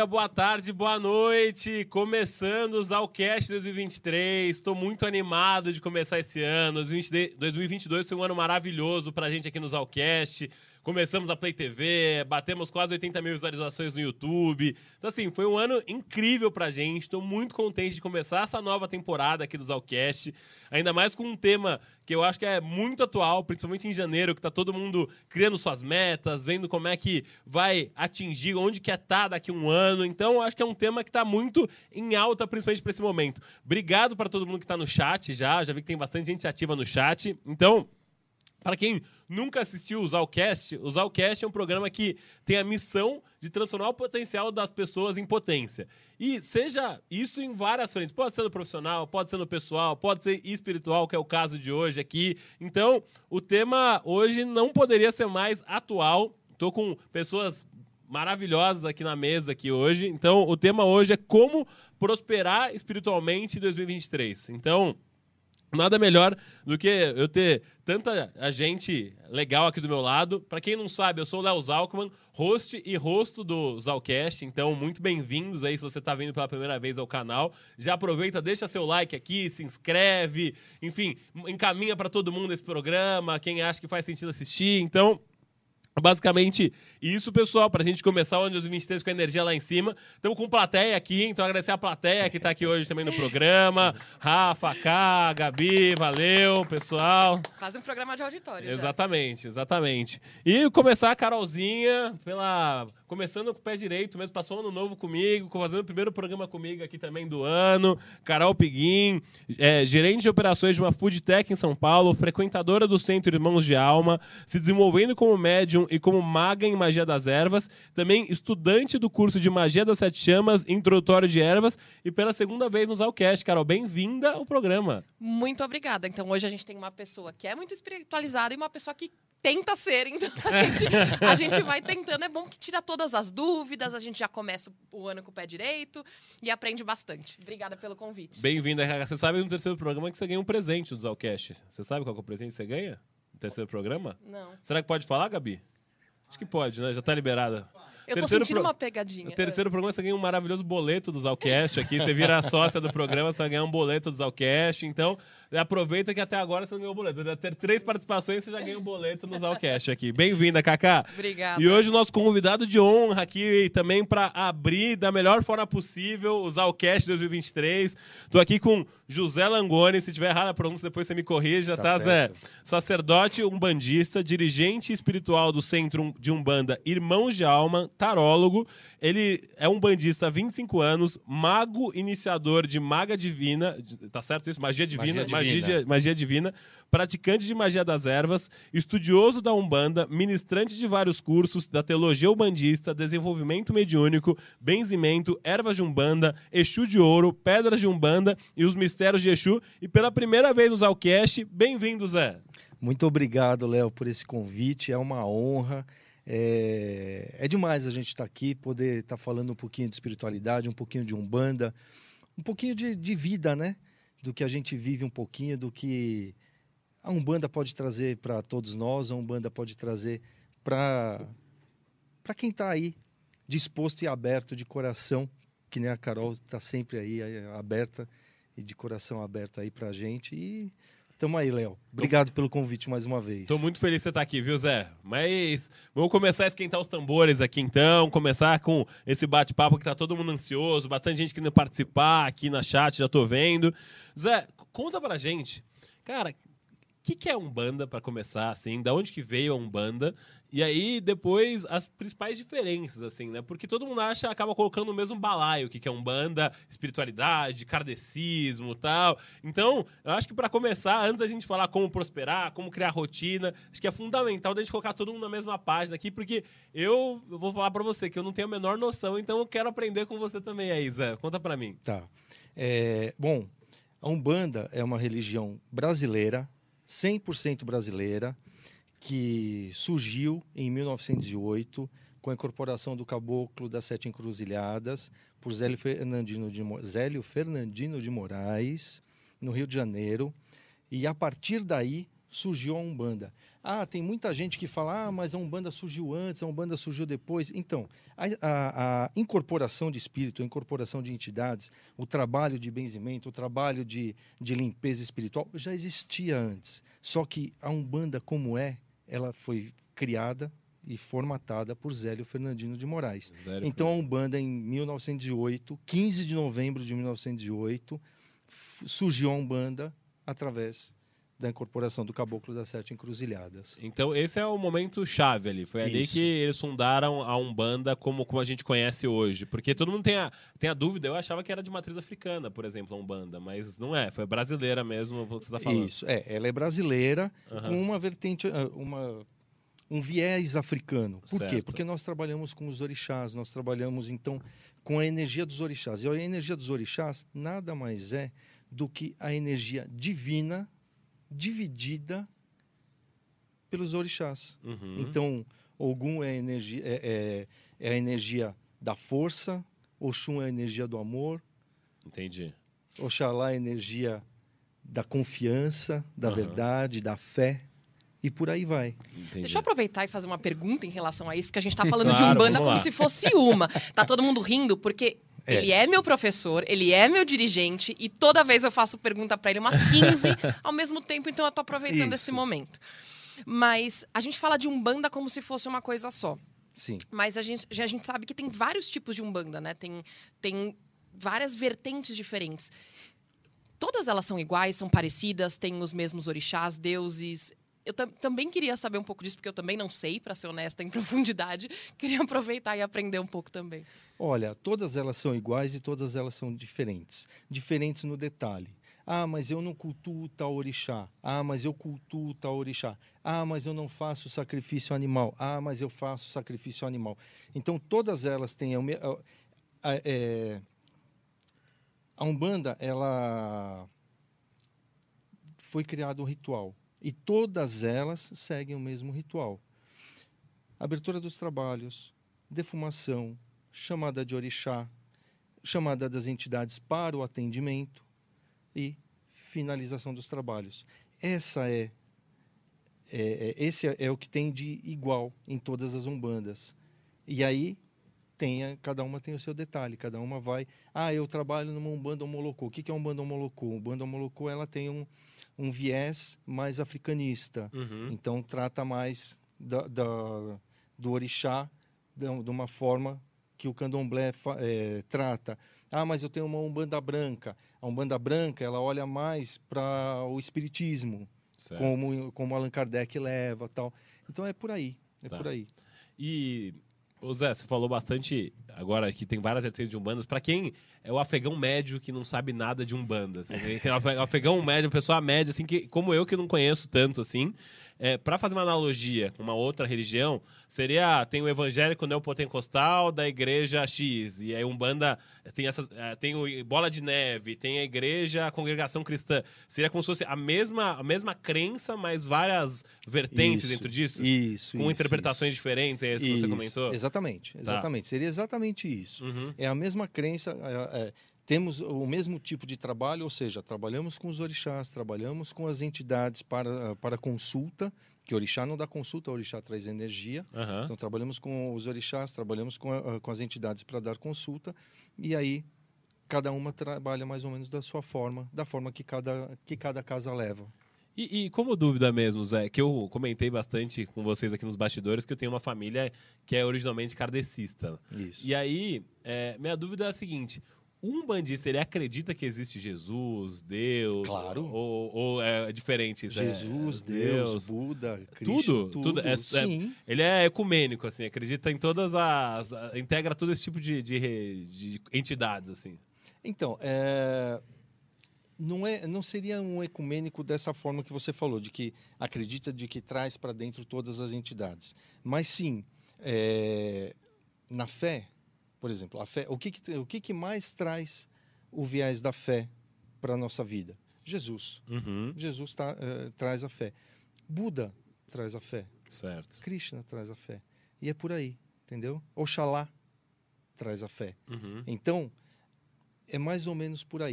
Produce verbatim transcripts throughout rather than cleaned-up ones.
dia, boa tarde, boa noite. Começando o Zalcast dois mil e vinte e três. Estou muito animado de começar esse ano. dois mil e vinte e dois foi um ano maravilhoso pra gente aqui no Zalcast. Começamos a Play T V, batemos quase oitenta mil visualizações no YouTube. Então, assim, foi um ano incrível pra gente. Estou muito contente de começar essa nova temporada aqui do Zalcast. Ainda mais com um tema que eu acho que é muito atual, principalmente em janeiro, que tá todo mundo criando suas metas, vendo como é que vai atingir, onde quer estar daqui a um ano. Então, eu acho que é um tema que tá muito em alta, principalmente para esse momento. Obrigado para todo mundo que tá no chat já. Já vi que tem bastante gente ativa no chat. Então, para quem nunca assistiu o Zalcast, o Zalcast é um programa que tem a missão de transformar o potencial das pessoas em potência. E seja isso em várias frentes. Pode ser no profissional, pode ser no pessoal, pode ser espiritual, que é o caso de hoje aqui. Então, o tema hoje não poderia ser mais atual. Estou com pessoas maravilhosas aqui na mesa aqui hoje. Então, o tema hoje é como prosperar espiritualmente em dois mil e vinte e três. Então, nada melhor do que eu ter tanta gente legal aqui do meu lado. Para quem não sabe, eu sou o Léo Zalkman, host e rosto do Zalcast. Então, muito bem-vindos aí se você está vindo pela primeira vez ao canal. Já aproveita, deixa seu like aqui, se inscreve. Enfim, encaminha para todo mundo esse programa, quem acha que faz sentido assistir. Então, basicamente isso, pessoal, pra gente começar o ano de dois mil e vinte e três com a energia lá em cima. Estamos com plateia aqui, então agradecer a plateia que tá aqui hoje também no programa. Rafa, Cá, Gabi, valeu, pessoal. Quase um programa de auditório. Exatamente, já. exatamente. E começar a Carolzinha, pela... começando com o pé direito mesmo, passou um ano novo comigo, fazendo o primeiro programa comigo aqui também do ano. Carol Piguim, é, gerente de operações de uma food tech em São Paulo, frequentadora do Centro Irmãos de Alma, se desenvolvendo como médium e como maga em magia das ervas, também estudante do curso de magia das sete chamas, introdutório de ervas, e pela segunda vez no Zalcast. Carol, bem-vinda ao programa. Muito obrigada. Então hoje a gente tem uma pessoa que é muito espiritualizada e uma pessoa que tenta ser, então a gente, a gente vai tentando. É bom que tira todas as dúvidas, a gente já começa o ano com o pé direito e aprende bastante. Obrigada pelo convite. Bem-vinda, Raga. Você sabe no terceiro programa que você ganha um presente do Zalcast. Você sabe qual é o presente que você ganha no terceiro programa? Não. Será que pode falar, Gabi? Acho que pode, né? Já tá liberada. Eu tô terceiro sentindo pro... uma pegadinha. No terceiro programa você ganha um maravilhoso boleto do Zalcast aqui. Você vira a sócia do programa, você vai ganhar um boleto do Zalcast. Então, aproveita que até agora você não ganhou o boleto. Vai ter três participações, você já ganha um boleto no Zalcast aqui. Bem-vinda, Cacá. Obrigada. E hoje o nosso convidado de honra aqui também para abrir da melhor forma possível o Zalcast dois mil e vinte e três. Tô aqui com José Langoni. Se tiver errado a pronúncia, depois você me corrija, tá, tá Zé? Sacerdote, umbandista, dirigente espiritual do Centro de Umbanda Irmãos de Alma, tarólogo. Ele é um umbandista há vinte e cinco anos, mago iniciador de maga divina, tá certo isso? Magia divina, magia divina, magia, magia divina, praticante de magia das ervas, estudioso da Umbanda, ministrante de vários cursos da teologia umbandista, desenvolvimento mediúnico, benzimento, ervas de Umbanda, Exu de ouro, pedras de Umbanda e os mistérios de Exu. E pela primeira vez no Zalcast, bem-vindo, Zé. Muito obrigado, Léo, por esse convite, é uma honra. É, é demais a gente estar aqui, poder estar falando um pouquinho de espiritualidade, um pouquinho de Umbanda, um pouquinho de, de vida, né? Do que a gente vive um pouquinho, do que a Umbanda pode trazer para todos nós, a Umbanda pode trazer para para quem está aí, disposto e aberto de coração, que nem a Carol está sempre aí, aberta e de coração aberto aí para a gente. E tamo aí, Léo. Obrigado pelo convite mais uma vez. Tô muito feliz que você tá aqui, viu, Zé? Mas vamos começar a esquentar os tambores aqui, então. Começar com esse bate-papo que tá todo mundo ansioso. Bastante gente querendo participar aqui na chat, já tô vendo. Zé, conta pra gente. Cara, o que, que é Umbanda, pra começar, assim? Da onde que veio a Umbanda? E aí, depois, as principais diferenças, assim, né? Porque todo mundo acha, acaba colocando no mesmo balaio o que, que é Umbanda, espiritualidade, kardecismo e tal. Então, eu acho que pra começar, antes da gente falar como prosperar, como criar rotina, acho que é fundamental da gente colocar todo mundo na mesma página aqui, porque eu, eu vou falar pra você que eu não tenho a menor noção, então eu quero aprender com você também aí, Zé. Conta pra mim. Tá. É, bom, a Umbanda é uma religião brasileira, cem por cento brasileira, que surgiu em mil novecentos e oito com a incorporação do Caboclo das Sete Encruzilhadas por Zélio Fernandino de, Zélio Fernandino de Moraes, no Rio de Janeiro. E, a partir daí, surgiu a Umbanda. Ah, tem muita gente que fala, ah, mas a Umbanda surgiu antes, a Umbanda surgiu depois. Então, a, a, a incorporação de espírito, a incorporação de entidades, o trabalho de benzimento, o trabalho de, de limpeza espiritual já existia antes. Só que a Umbanda, como é, ela foi criada e formatada por Zélio Fernandino de Moraes. Zélio então, a Umbanda, em mil novecentos e oito, quinze de novembro de mil novecentos e oito, surgiu a Umbanda através da incorporação do Caboclo das Sete Encruzilhadas. Então, esse é o momento chave ali. Foi ali Isso. que eles fundaram a Umbanda como, como a gente conhece hoje. Porque todo mundo tem a, tem a dúvida. Eu achava que era de matriz africana, por exemplo, a Umbanda. Mas não é. Foi brasileira mesmo, o que você está falando. Isso. É, ela é brasileira, Uhum. com uma vertente, uma, um viés africano. Por Certo. quê? Porque nós trabalhamos com os orixás, nós trabalhamos, então, com a energia dos orixás. E a energia dos orixás nada mais é do que a energia divina dividida pelos orixás. Uhum. Então, Ogum é a, energia, é, é, é a energia da força, Oxum é a energia do amor, Entendi. Oxalá é a energia da confiança, da Uhum. verdade, da fé, e por aí vai. Entendi. Deixa eu aproveitar e fazer uma pergunta em relação a isso, porque a gente tá falando de Claro, Umbanda vamos como lá. se fosse uma. Tá todo mundo rindo, porque É. ele é meu professor, ele é meu dirigente, e toda vez eu faço pergunta pra ele, umas quinze ao mesmo tempo, então eu tô aproveitando Isso. esse momento. Mas a gente fala de Umbanda como se fosse uma coisa só. Sim. Mas a gente, já a gente sabe que tem vários tipos de Umbanda, né? Tem, tem várias vertentes diferentes. Todas elas são iguais, são parecidas, têm os mesmos orixás, deuses. Eu tam- também queria saber um pouco disso, porque eu também não sei, para ser honesta, em profundidade. Queria aproveitar e aprender um pouco também. Olha, todas elas são iguais e todas elas são diferentes. Diferentes no detalhe. Ah, mas eu não cultuo tal orixá. Ah, mas eu cultuo tal orixá. Ah, mas eu não faço sacrifício animal. Ah, mas eu faço sacrifício animal. Então, todas elas têm... A, a, a, é, a Umbanda, ela... Foi criado um ritual. E todas elas seguem o mesmo ritual. Abertura dos trabalhos, defumação, chamada de orixá, chamada das entidades para o atendimento e finalização dos trabalhos. Essa é, é, é esse é, é o que tem de igual em todas as umbandas. E aí tem a, cada uma tem o seu detalhe, cada uma vai... Ah, eu trabalho numa umbanda homolocô. O que é umbanda homolocô? A umbanda homolocô, ela tem um, um viés mais africanista. Uhum. Então, trata mais da, da, do orixá de, de uma forma que o candomblé é, trata. Ah, mas eu tenho uma umbanda branca. A umbanda branca, ela olha mais para o espiritismo, Certo. como, como Allan Kardec leva, tal. Então, é por aí, é Tá. por aí. E, ô Zé, você falou bastante agora que tem várias vertentes de umbandas. Pra quem é o afegão médio que não sabe nada de umbanda, assim, né? Tem o afegão médio, a pessoa média, assim, que, como eu que não conheço tanto, assim, é, para fazer uma analogia com uma outra religião, seria, tem o evangélico neopentecostal da igreja X, e aí umbanda tem, essas, tem o Bola de Neve, tem a igreja, a congregação cristã. Seria como se fosse a mesma, a mesma crença, mas várias vertentes Isso, dentro disso? Isso, Com isso, interpretações diferentes, é isso que você Isso, comentou? Exatamente, exatamente. Seria exatamente isso. Uhum. É a mesma crença, é, é, temos o mesmo tipo de trabalho, ou seja, trabalhamos com os orixás, trabalhamos com as entidades para, para consulta, que o orixá não dá consulta, o orixá traz energia. Aham. Então, trabalhamos com os orixás, trabalhamos com, a, com as entidades para dar consulta, e aí cada uma trabalha mais ou menos da sua forma, da forma que cada, que cada casa leva. E, e como dúvida mesmo, Zé, que eu comentei bastante com vocês aqui nos bastidores, que eu tenho uma família que é originalmente kardecista. Isso. E aí, é, minha dúvida é a seguinte: um umbandista, ele acredita que existe Jesus, Deus? Claro. Ou, ou é diferente? Isso? Jesus, é, Deus, Buda, Cristo, Tudo? tudo. tudo é, é- Sim. ele é ecumênico, assim, acredita em todas as... integra todo esse tipo de, de, re- de entidades, assim. Então, é, não, é, não seria um ecumênico dessa forma que você falou, de que acredita de que traz para dentro todas as entidades. Mas sim, é, na fé, por exemplo, a fé, o, que, que, o que, que mais traz o viés da fé para a nossa vida? Jesus. Uhum. Jesus tá, é, traz a fé. Buda traz a fé. Certo. Krishna traz a fé. E é por aí, entendeu? Oxalá traz a fé. Uhum. Então, é mais ou menos por aí.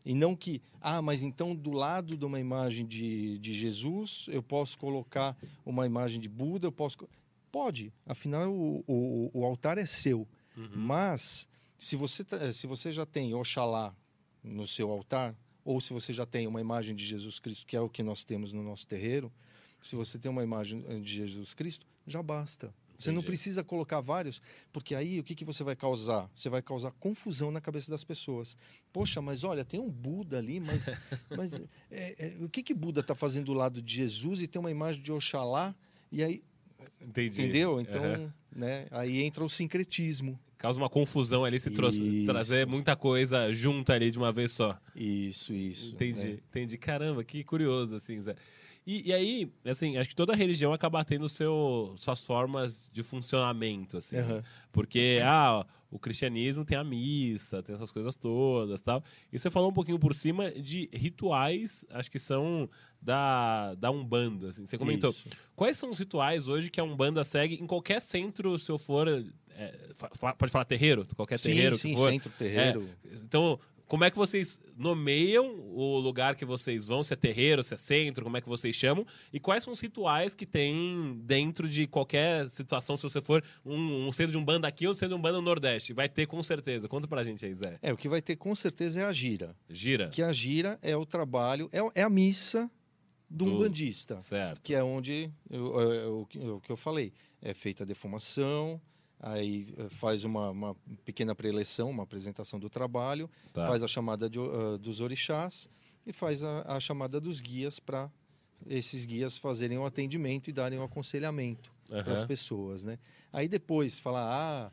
E não que, ah, mas então do lado de uma imagem de, de Jesus, eu posso colocar uma imagem de Buda, eu posso... Pode, afinal o, o, o altar é seu. Uhum. Mas, se você, se você já tem Oxalá no seu altar, ou se você já tem uma imagem de Jesus Cristo, que é o que nós temos no nosso terreiro, se você tem uma imagem de Jesus Cristo, já basta. Você não precisa colocar vários, porque aí o que, que você vai causar? Você vai causar confusão na cabeça das pessoas. Poxa, mas olha, tem um Buda ali, mas, mas é, é, o que, que Buda está fazendo do lado de Jesus e tem uma imagem de Oxalá? E aí, entendi. Entendeu? Então, uhum. né, aí entra o sincretismo. Causa uma confusão ali, se trouxe, trazer muita coisa junto ali de uma vez só. Isso, isso. Entendi, né? entendi. Caramba, que curioso, assim, Zé. E, e aí, assim, acho que toda religião acaba tendo seu, suas formas de funcionamento, assim. Uhum. Porque, ah, o cristianismo tem a missa, tem essas coisas todas, tal. E você falou um pouquinho por cima de rituais, acho que são da, da Umbanda, assim. Você comentou. Isso. Quais são os rituais hoje que a Umbanda segue em qualquer centro, se eu for... É, pode falar terreiro? Qualquer sim, terreiro sim, que for. centro, terreiro. É, então... Como é que vocês nomeiam o lugar que vocês vão? Se é terreiro, se é centro, como é que vocês chamam? E quais são os rituais que tem dentro de qualquer situação, se você for um, um centro de um banda aqui ou centro de um banda no Nordeste? Vai ter com certeza. Conta pra gente aí, Zé. É, o que vai ter com certeza é a gira. Gira? Que a gira é o trabalho, é, é a missa do Do- umbandista. Certo. Que é onde, eu, eu- eu- o que eu falei, é feita a defumação, aí eh, faz uma, uma pequena preleção, uma apresentação do trabalho, Tá. faz a chamada de, ah, dos orixás e faz a, a chamada dos guias para esses guias fazerem o atendimento e darem o aconselhamento Aham. para as pessoas, né? Aí depois falar, ah,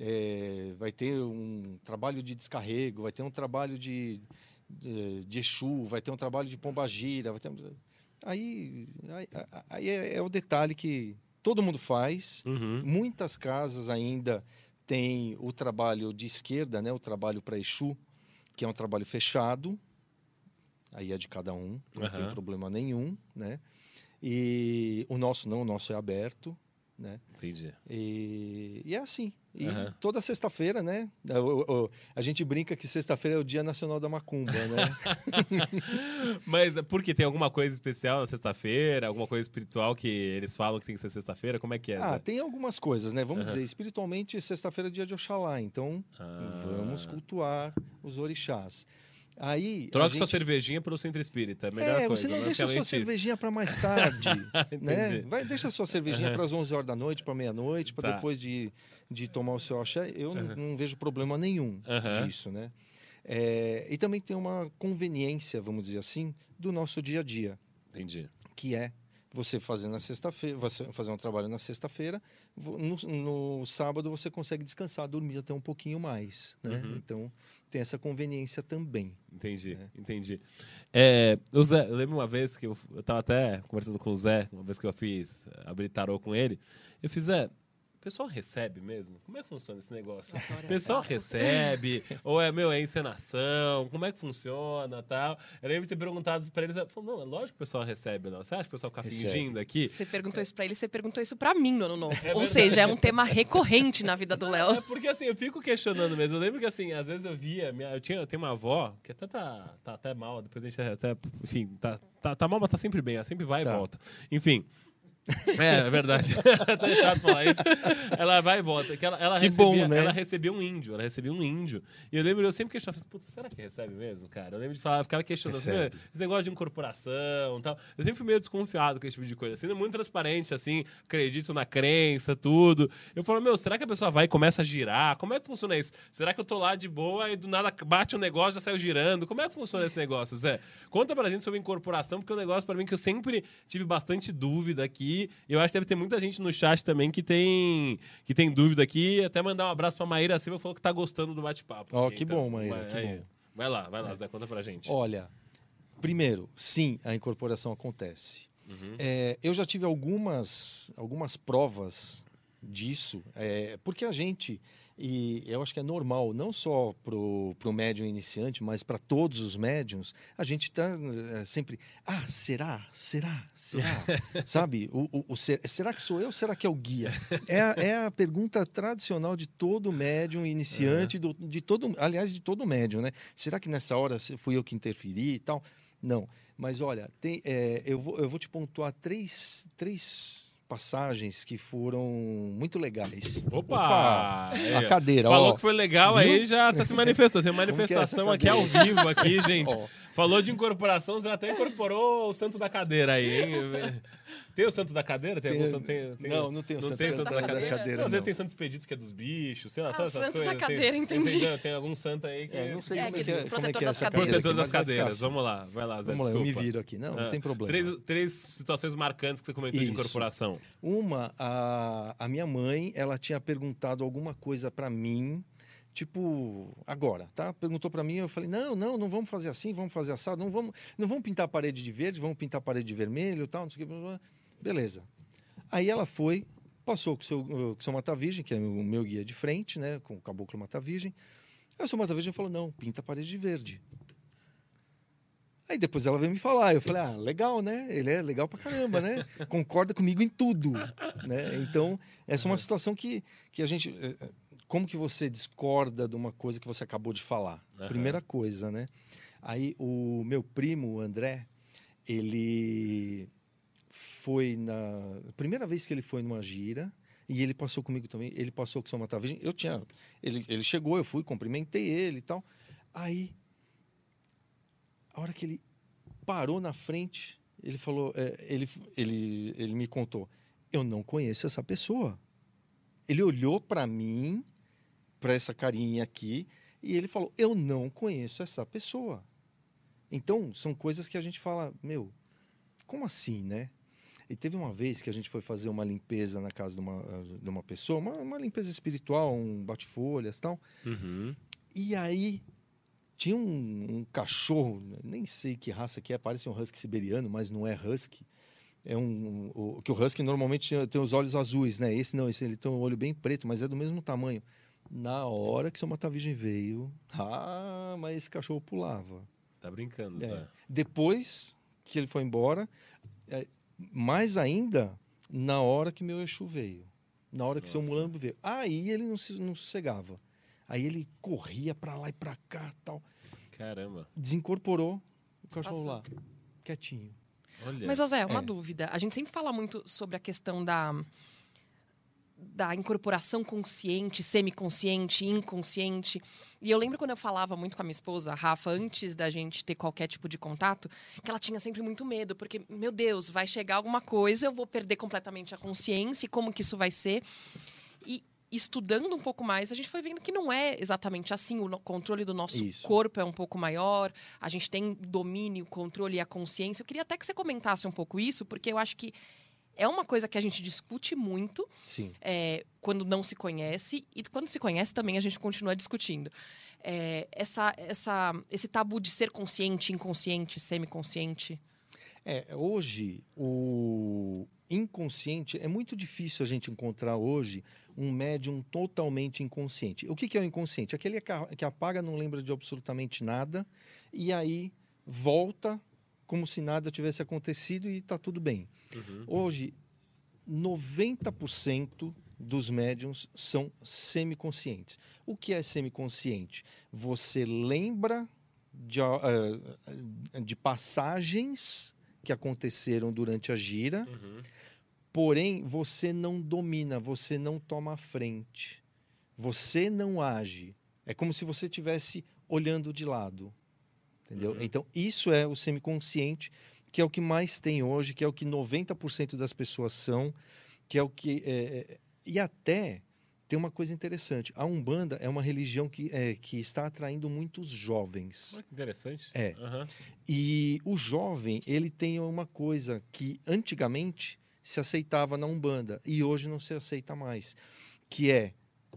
é, vai ter um trabalho de descarrego, vai ter um trabalho de, de, de Exu, vai ter um trabalho de pombagira, vai ter... Aí, aí, aí é, é o detalhe que todo mundo faz. Uhum. Muitas casas ainda têm o trabalho de esquerda, né? O trabalho para Exu, que é um trabalho fechado. Aí é de cada um, não Aham. tem problema nenhum, né? E o nosso não, o nosso é aberto, né? Entendi. E, e é assim. E Aham. toda sexta-feira, né? O- o- a gente brinca que sexta-feira é o Dia Nacional da Macumba, né? Mas por que? Tem alguma coisa especial na sexta-feira? Alguma coisa espiritual que eles falam que tem que ser sexta-feira? Como é que é, Ah, Zé? tem algumas coisas, né? Vamos Aham. dizer, espiritualmente, sexta-feira é dia de Oxalá, então Ah. vamos cultuar os orixás. Aí, a Troca gente... sua cerveja pelo centro espírita. É a melhor É, coisa. você não deixa a sua basicamente isso. cervejinha para mais tarde, né? Entendi. Vai, deixa a sua cervejinha para as onze horas da noite, para meia-noite, para Tá. depois de, de tomar o seu axé. Eu não, não vejo problema nenhum Aham. disso, né? É, e também tem uma conveniência, vamos dizer assim, do nosso dia a dia, Entendi. que é você fazer na sexta-feira, você fazer um trabalho na sexta-feira, vo- no, no sábado você consegue descansar, dormir até um pouquinho mais, né? Uhum. Então tem essa conveniência também. Entendi, É. entendi. É, o Zé, eu lembro uma vez que eu, eu tava até conversando com o Zé, uma vez que eu fiz abrir tarô com ele, eu fiz, Zé, o pessoal recebe mesmo? Como é que funciona esse negócio? Eu adoro O pessoal essa- recebe? Ou é, meu, é encenação? Como é que funciona tal? Eu lembro de ter perguntado pra eles, ele falou, não, é lógico que o pessoal recebe, não. Você acha que o pessoal fica Recebe. fingindo aqui? Você perguntou isso pra ele, você perguntou isso pra mim no Ano Novo. Ou verdade. seja, é um tema recorrente na vida do É Léo. porque assim, eu fico questionando mesmo. Eu lembro que assim, às vezes eu via. Minha, eu, tinha, eu tenho uma avó que até tá, tá até mal, depois a gente até. Enfim, tá, tá, tá mal, mas tá sempre bem, ela sempre vai Tá. e volta. Enfim. É, é verdade. Tá chato falar isso. Ela vai e volta. Que ela, ela, Que recebia, bom, né? ela recebia um índio. Ela recebia um índio. E eu lembro, eu sempre questionava, falei, puta, será que recebe mesmo, cara? Eu lembro de falar, ficava questionando, assim, Recebe. "Meu, esse negócio de incorporação e tal. Eu sempre fui meio desconfiado com esse tipo de coisa. Assim, não é muito transparente, assim, acredito na crença, tudo. Eu falo, meu, será que a pessoa vai e começa a girar? Como é que funciona isso? Será que eu tô lá de boa e do nada bate um negócio, já saiu girando? Como é que funciona esse negócio, Zé? Conta pra gente sobre incorporação, porque é um negócio pra mim que eu sempre tive bastante dúvida aqui. E eu acho que deve ter muita gente no chat também que tem, que tem dúvida aqui. Até mandar um abraço pra Maíra Silva, falou que tá gostando do bate-papo. Ó, aqui, que então, bom, Maíra, vai, que aí. bom. Vai lá, vai lá, Zé, conta pra gente. Olha, primeiro, sim, a incorporação acontece. Uhum. É, eu já tive algumas, algumas provas disso, é, porque a gente, E eu acho que é normal, não só para o médium iniciante, mas para todos os médiums, a gente está é, sempre, ah, será? Será? Será? Sabe? O, o, o, será que sou eu? Será que é o guia? É a, é a pergunta tradicional de todo médium iniciante, é. do, de todo, aliás, de todo médium, né? Será que nessa hora fui eu que interferi e tal? Não. Mas olha, tem, é, eu, vou, eu vou te pontuar três... três passagens que foram muito legais. Opa! Opa! Aí, a cadeira, falou ó. que foi legal, viu? Aí já tá se manifestando. Tem manifestação é aqui ao vivo, aqui, gente. Ó. Falou de incorporação, você até incorporou o santo da cadeira aí, hein? Tem o santo da cadeira? Tem, tem, algum santo, tem, tem não, não tem o não santo, tem santo da, da cadeira. cadeira não, às vezes tem santo expedito que é dos bichos, sei lá, ah, sabe essas santo coisas? Da cadeira, tem, entendi. Tem, tem algum santo aí que... É, não sei é, como é que é, como é, que é essa cadeiras. Protetor das aqui, cadeiras, vamos lá, vai lá, Zé, vamos desculpa. lá, eu me viro aqui, não, ah, não tem problema. Três, três situações marcantes que você comentou Isso. de incorporação. Uma, a, a minha mãe, ela tinha perguntado alguma coisa para mim, tipo, agora, tá? Perguntou para mim, eu falei, não, não, não vamos fazer assim, vamos fazer assado, não vamos, não vamos pintar a parede de verde, vamos pintar a parede de vermelho e tal, não sei o que, beleza. Aí ela foi, passou com o seu, com o seu Mata-Virgem, que é o meu guia de frente, né, com o Caboclo Mata-Virgem. Aí o seu Mata-Virgem falou, não, pinta a parede de verde. Aí depois ela veio me falar, eu falei, ah, legal, né? Ele é legal pra caramba, né? Concorda comigo em tudo, né? Então, essa é uma situação que, que a gente... Como que você discorda de uma coisa que você acabou de falar? Uhum. Primeira coisa, né? Aí o meu primo, o André, ele foi na... Primeira vez que ele foi numa gira, e ele passou comigo também, ele passou com o seu Mata-Virgem, eu tinha... Ele, ele chegou, eu fui, cumprimentei ele e tal. Aí, a hora que ele parou na frente, ele falou, é, ele, ele, ele me contou, eu não conheço essa pessoa. Ele olhou para mim, para essa carinha aqui, e ele falou, eu não conheço essa pessoa. Então, são coisas que a gente fala, meu, como assim, né? E teve uma vez que a gente foi fazer uma limpeza na casa de uma, de uma pessoa, uma, uma limpeza espiritual, um bate-folhas e tal. Uhum. E aí, tinha um, um cachorro, nem sei que raça que é, parece um husky siberiano, mas não é husky. É um, o, que o husky normalmente tem os olhos azuis, né? Esse não, esse ele tem um olho bem preto, mas é do mesmo tamanho. Na hora que o seu Mata-Virgem veio, ah, mas esse cachorro pulava. Tá brincando, é. Zé. Depois que ele foi embora, é, mais ainda na hora que meu Exu veio. Na hora que Nossa. seu Mulambo veio. Aí ele não, se, não sossegava. Aí ele corria pra lá e pra cá, tal. Caramba. Desincorporou o cachorro Passou. lá, quietinho. Olha. Mas, José, uma é. dúvida. A gente sempre fala muito sobre a questão da, da incorporação consciente, semiconsciente, inconsciente. E eu lembro quando eu falava muito com a minha esposa, a Rafa, antes da gente ter qualquer tipo de contato, que ela tinha sempre muito medo. Porque, meu Deus, vai chegar alguma coisa, eu vou perder completamente a consciência e como que isso vai ser. E estudando um pouco mais, a gente foi vendo que não é exatamente assim. O controle do nosso Isso. corpo é um pouco maior, a gente tem domínio, controle e a consciência. Eu queria até que você comentasse um pouco isso, porque eu acho que é uma coisa que a gente discute muito é, quando não se conhece, e quando se conhece também a gente continua discutindo. É, essa, essa, esse tabu de ser consciente, inconsciente, semiconsciente. É, hoje, o inconsciente, é muito difícil a gente encontrar hoje um médium totalmente inconsciente. O que, que é o inconsciente? Aquele que apaga, não lembra de absolutamente nada, e aí volta como se nada tivesse acontecido e está tudo bem. Uhum. Hoje, noventa por cento dos médiums são semiconscientes. O que é semiconsciente? Você lembra de, uh, de passagens que aconteceram durante a gira, uhum. porém você não domina, você não toma a frente, você não age. É como se você estivesse olhando de lado, entendeu? Uhum. Então isso é o semiconsciente, que é o que mais tem hoje, que é o que noventa por cento das pessoas são, que é o que é, e até tem uma coisa interessante, a Umbanda é uma religião que, é, que está atraindo muitos jovens. Oh, que interessante. É. Uhum. E o jovem, ele tem uma coisa que antigamente se aceitava na Umbanda e hoje não se aceita mais, que é,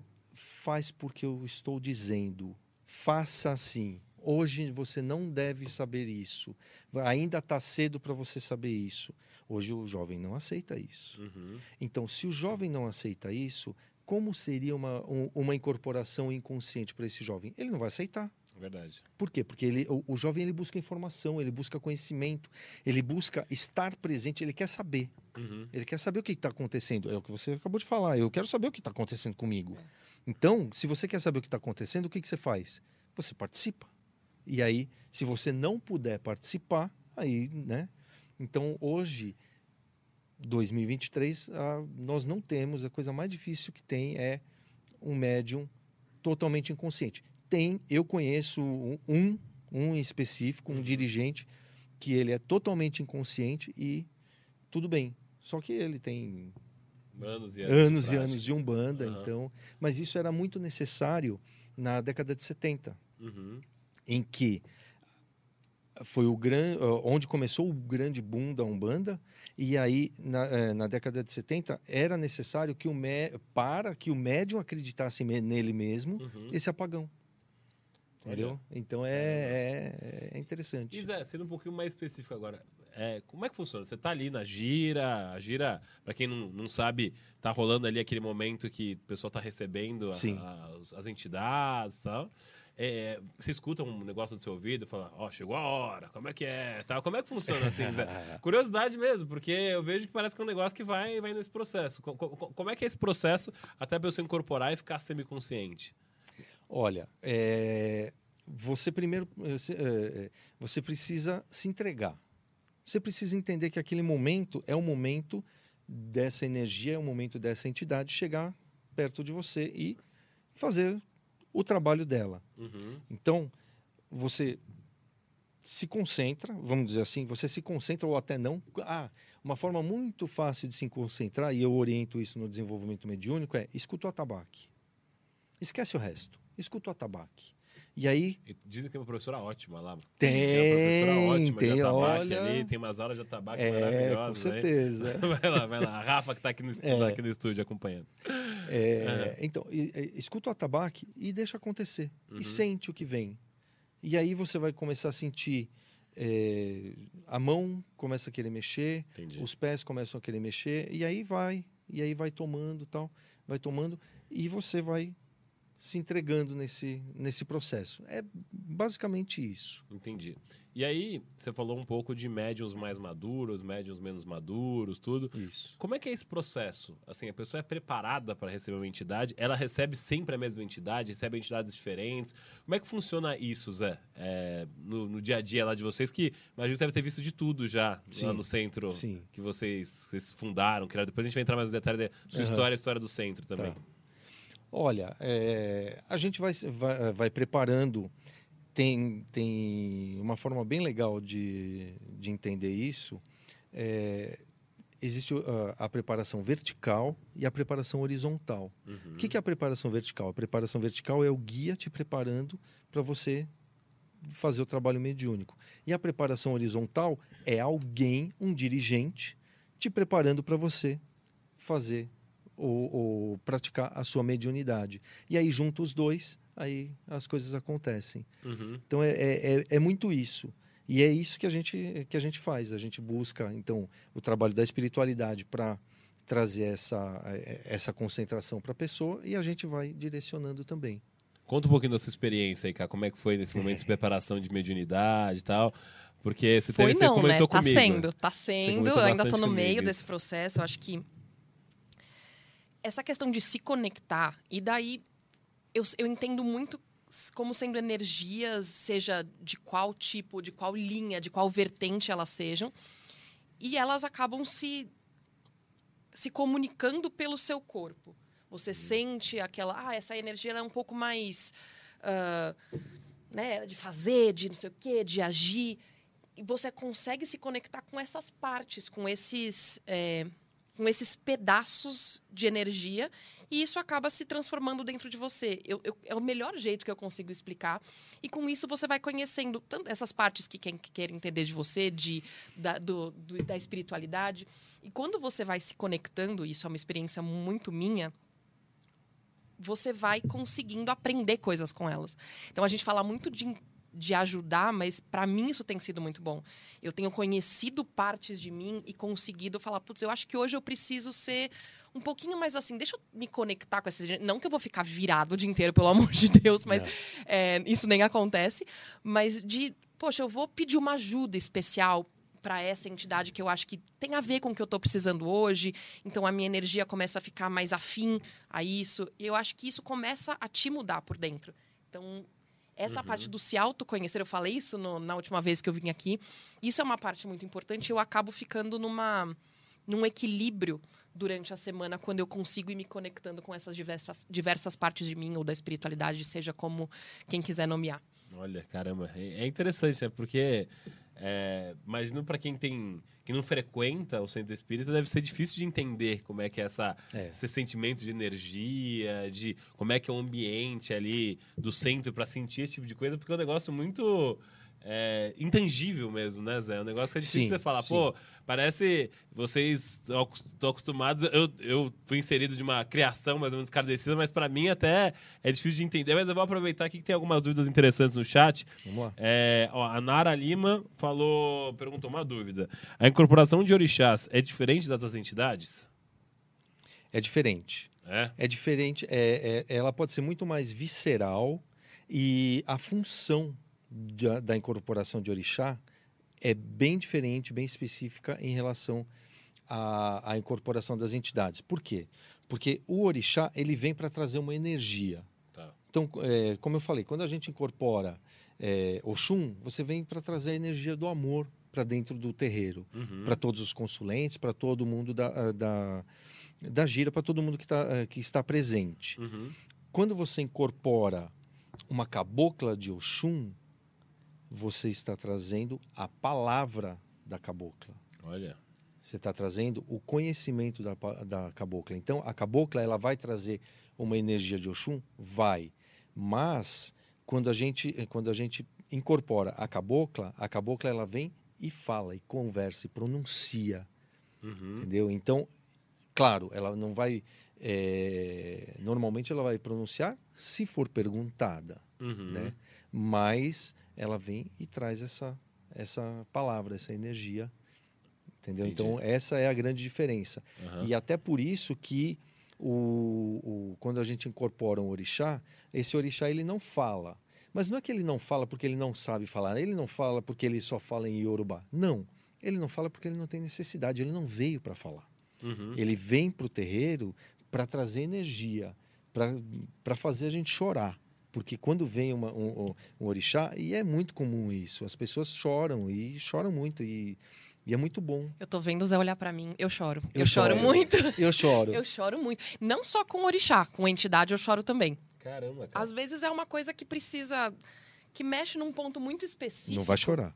faz porque eu estou dizendo, faça assim. Hoje você não deve saber isso. Ainda está cedo para você saber isso. Hoje o jovem não aceita isso. Uhum. Então, se o jovem não aceita isso, como seria uma, um, uma incorporação inconsciente para esse jovem? Ele não vai aceitar. Verdade. Por quê? Porque ele, o, o jovem ele busca informação, ele busca conhecimento, ele busca estar presente, ele quer saber. Uhum. Ele quer saber o que está acontecendo. É o que você acabou de falar. Eu quero saber o que está acontecendo comigo. Então, se você quer saber o que está acontecendo, o que, que você faz? Você participa. E aí, se você não puder participar, aí, né? Então, hoje, dois mil e vinte e três, ah, nós não temos, a coisa mais difícil que tem é um médium totalmente inconsciente. Tem, eu conheço um, um em específico, um uhum. dirigente, que ele é totalmente inconsciente e tudo bem. Só que ele tem anos e anos, anos, de, e anos de Umbanda, uhum. então. Mas isso era muito necessário na década de setenta, uhum. em que foi o gran, onde começou o grande boom da Umbanda, e aí na, na década de setenta era necessário que o mé, para que o médium acreditasse nele mesmo, uhum. esse apagão. Entendeu? Olha. Então é, é, é interessante. E Zé, sendo um pouquinho mais específico agora, é, como é que funciona? Você tá ali na gira, a gira, para quem não, não sabe, tá rolando ali aquele momento que o pessoal tá recebendo a, a, as, as entidades e tal. É, você escuta um negócio do seu ouvido e fala, ó, oh, chegou a hora, como é que é? Tal. Como é que funciona assim, Zé? Curiosidade mesmo, porque eu vejo que parece que é um negócio que vai, vai nesse processo. Como é que é esse processo até para você incorporar e ficar semiconsciente? Olha, é, você primeiro você, você precisa se entregar. Você precisa entender que aquele momento é o momento dessa energia, é o momento dessa entidade chegar perto de você e fazer o trabalho dela. Uhum. Então, você se concentra, vamos dizer assim, você se concentra ou até não. Ah, uma forma muito fácil de se concentrar, e eu oriento isso no desenvolvimento mediúnico, é escuta o atabaque. Esquece o resto. Escuta o atabaque. E aí... Dizem que tem uma professora ótima lá. Tem, tem uma professora ótima tem, de atabaque olha... ali. Tem umas aulas de atabaque é, maravilhosas. Com certeza. Vai lá, vai lá. A Rafa que está aqui, é. tá aqui no estúdio acompanhando. É, uhum. Então, escuta o atabaque e deixa acontecer. Uhum. E sente o que vem. E aí você vai começar a sentir... É, a mão começa a querer mexer, Entendi. Os pés começam a querer mexer. E aí vai. E aí vai tomando tal. Vai tomando. E você vai... se entregando nesse, nesse processo. É basicamente isso. Entendi. E aí, você falou um pouco de médiuns mais maduros, médiuns menos maduros, tudo. Isso. Como é que é esse processo? Assim, a pessoa é preparada para receber uma entidade? Ela recebe sempre a mesma entidade? Recebe entidades diferentes? Como é que funciona isso, Zé? É, no, no dia a dia lá de vocês, que imagino que você deve ter visto de tudo já sim, lá no centro sim. que vocês, vocês fundaram, criaram. Depois a gente vai entrar mais no detalhe da sua uhum. história e a história do centro também. Tá. Olha, é, a gente vai, vai, vai preparando, tem, tem uma forma bem legal de, de entender isso. É, existe a, a preparação vertical e a preparação horizontal. Uhum. O que, que é a preparação vertical? A preparação vertical é o guia te preparando para você fazer o trabalho mediúnico. E a preparação horizontal é alguém, um dirigente, te preparando para você fazer Ou, ou praticar a sua mediunidade. E aí, junto os dois, aí as coisas acontecem. Uhum. Então, é, é, é muito isso. E é isso que a gente, que a gente faz. A gente busca, então, o trabalho da espiritualidade para trazer essa, essa concentração para a pessoa e a gente vai direcionando também. Conta um pouquinho da sua experiência aí, cara. Como é que foi nesse momento de preparação de mediunidade e tal? Porque você, teve, foi você não, comentou né? Tá comigo. Sendo, tá sendo. Eu ainda estou no meio isso. desse processo. Eu acho que essa questão de se conectar, e daí eu, eu entendo muito como sendo energias, seja de qual tipo, de qual linha, de qual vertente elas sejam, e elas acabam se, se comunicando pelo seu corpo. Você hum. sente aquela... Ah, essa energia ela é um pouco mais... Uh, né, de fazer, de não sei o quê, de agir. E você consegue se conectar com essas partes, com esses... É, com esses pedaços de energia, e isso acaba se transformando dentro de você. Eu, eu, é o melhor jeito que eu consigo explicar. E com isso você vai conhecendo tanto essas partes que quem que quer entender de você, de, da, do, do, da espiritualidade. E quando você vai se conectando, isso é uma experiência muito minha, você vai conseguindo aprender coisas com elas. Então, a gente fala muito de... de ajudar, mas para mim isso tem sido muito bom. Eu tenho conhecido partes de mim e conseguido falar, putz, eu acho que hoje eu preciso ser um pouquinho mais assim, deixa eu me conectar com esses... Não que eu vou ficar virado o dia inteiro, pelo amor de Deus, mas é, isso nem acontece. Mas de, poxa, eu vou pedir uma ajuda especial para essa entidade que eu acho que tem a ver com o que eu estou precisando hoje. Então, a minha energia começa a ficar mais afim a isso. E eu acho que isso começa a te mudar por dentro. Então, essa uhum. parte do se autoconhecer, eu falei isso no, na última vez que eu vim aqui, isso é uma parte muito importante. Eu acabo ficando numa, num equilíbrio durante a semana quando eu consigo ir me conectando com essas diversas, diversas partes de mim ou da espiritualidade, seja como quem quiser nomear. Olha, caramba, é interessante, né? Porque... É, imagino para quem tem que não frequenta o centro espírita, deve ser difícil de entender como é que é essa, é. esse sentimento de energia, de como é que é o ambiente ali do centro para sentir esse tipo de coisa, porque é um negócio muito é, intangível mesmo, né, Zé? É um negócio que é difícil sim, você falar, sim. pô, parece vocês estão acostumados, eu, eu fui inserido de uma criação mais ou menos esclarecida, mas para mim até é difícil de entender, mas eu vou aproveitar aqui que tem algumas dúvidas interessantes no chat. Vamos lá. É, ó, a Nara Lima falou, perguntou uma dúvida. A incorporação de orixás é diferente das outras entidades? É diferente. É? É diferente, é, é, ela pode ser muito mais visceral e a função da, da incorporação de orixá é bem diferente, bem específica em relação à, à incorporação das entidades. Por quê? Porque o orixá ele vem para trazer uma energia. Tá. Então, é, como eu falei, quando a gente incorpora é, Oxum, você vem para trazer a energia do amor para dentro do terreiro, uhum. para todos os consulentes, para todo mundo da, da, da gira, para todo mundo que, tá, que está presente. Uhum. Quando você incorpora uma cabocla de Oxum, você está trazendo a palavra da cabocla. Olha. Você está trazendo o conhecimento da, da cabocla. Então, a cabocla ela vai trazer uma energia de Oxum? Vai. Mas, quando a gente, quando a gente incorpora a cabocla, a cabocla ela vem e fala, e conversa, e pronuncia. Uhum. Entendeu? Então, claro, ela não vai... É, normalmente ela vai pronunciar se for perguntada. Uhum. Né? Mas ela vem e traz essa, essa palavra, essa energia. Entendeu? Entendi. Então, essa é a grande diferença. Uhum. E até por isso que o, o, quando a gente incorpora um orixá, esse orixá ele não fala. Mas não é que ele não fala porque ele não sabe falar. Ele não fala porque ele só fala em Yorubá. Não. Ele não fala porque ele não tem necessidade. Ele não veio para falar. Uhum. Ele vem para o terreiro para trazer energia, para fazer a gente chorar. Porque quando vem uma, um, um orixá, e é muito comum isso, as pessoas choram e choram muito e, e é muito bom. Eu tô vendo o Zé olhar pra mim, eu choro. Eu, Eu choro, choro. muito. Eu choro. Eu choro muito. Não só com orixá, com entidade eu choro também. Caramba, cara. Às vezes é uma coisa que precisa... que mexe num ponto muito específico. Não vai chorar.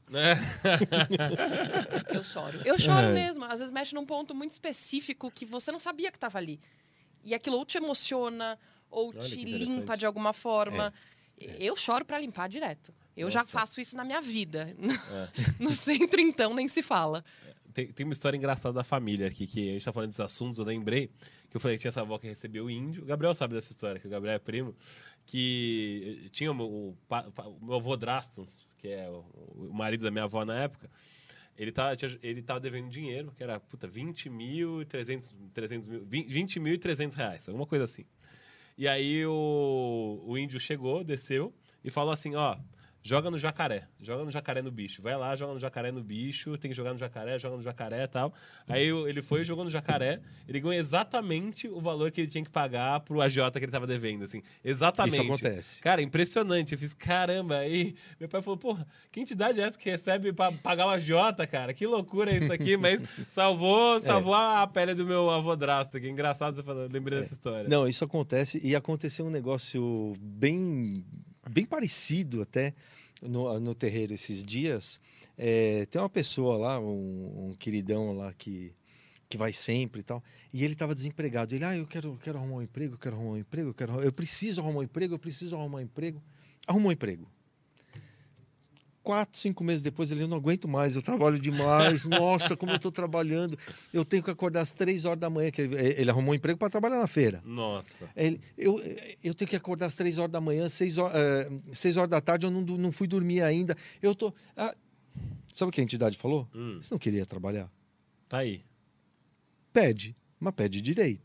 Eu choro. Eu choro é. mesmo. Às vezes mexe num ponto muito específico que você não sabia que estava ali. E aquilo ou te emociona, ou Olha, te limpa de alguma forma. É. É. Eu choro para limpar direto. Eu Nossa. já faço isso na minha vida. É. No centro, então, nem se fala. Tem, tem uma história engraçada da família aqui, que a gente tá falando desses assuntos, eu lembrei que eu falei que tinha essa avó que recebeu o índio. O Gabriel sabe dessa história, que o Gabriel é primo, que tinha o, o, o meu avô Drastons, que é o, o marido da minha avó na época. Ele tava, ele tava devendo dinheiro, que era, puta, vinte mil e trezentos mil, vinte mil e trezentos reais, alguma coisa assim. E aí o, o índio chegou, desceu e falou assim, ó, joga no jacaré, joga no jacaré no bicho. Vai lá, joga no jacaré no bicho, tem que jogar no jacaré, joga no jacaré e tal. Aí ele foi, jogou no jacaré, ele ganhou exatamente o valor que ele tinha que pagar pro agiota que ele tava devendo, assim. Exatamente. Isso acontece. Cara, impressionante. Eu fiz, caramba. Aí meu pai falou, porra, que entidade é essa que recebe pra pagar o agiota, cara? Que loucura isso aqui, mas salvou, salvou é. a pele do meu avô Drasto, que é engraçado você falar, lembrei é. dessa história. Não, isso acontece e aconteceu um negócio bem... bem parecido até no, no terreiro esses dias. É, tem uma pessoa lá, um, um queridão lá que, que vai sempre e tal, e ele estava desempregado. Ele, ah, eu quero, quero arrumar um emprego, eu quero arrumar um emprego, eu, quero, eu preciso arrumar um emprego, eu preciso arrumar um emprego. Arrumou um emprego. Quatro, cinco meses depois, ele, eu não aguento mais, eu trabalho demais, nossa, como eu estou trabalhando, eu tenho que acordar às três horas da manhã, que ele, ele arrumou um emprego para trabalhar na feira. Nossa. Ele, eu, eu tenho que acordar às três horas da manhã, seis horas, uh, seis horas da tarde, eu não, não fui dormir ainda, eu tô... Ah, sabe o que a entidade falou? Hum. Você não queria trabalhar? Tá aí. Pede, mas pede direito.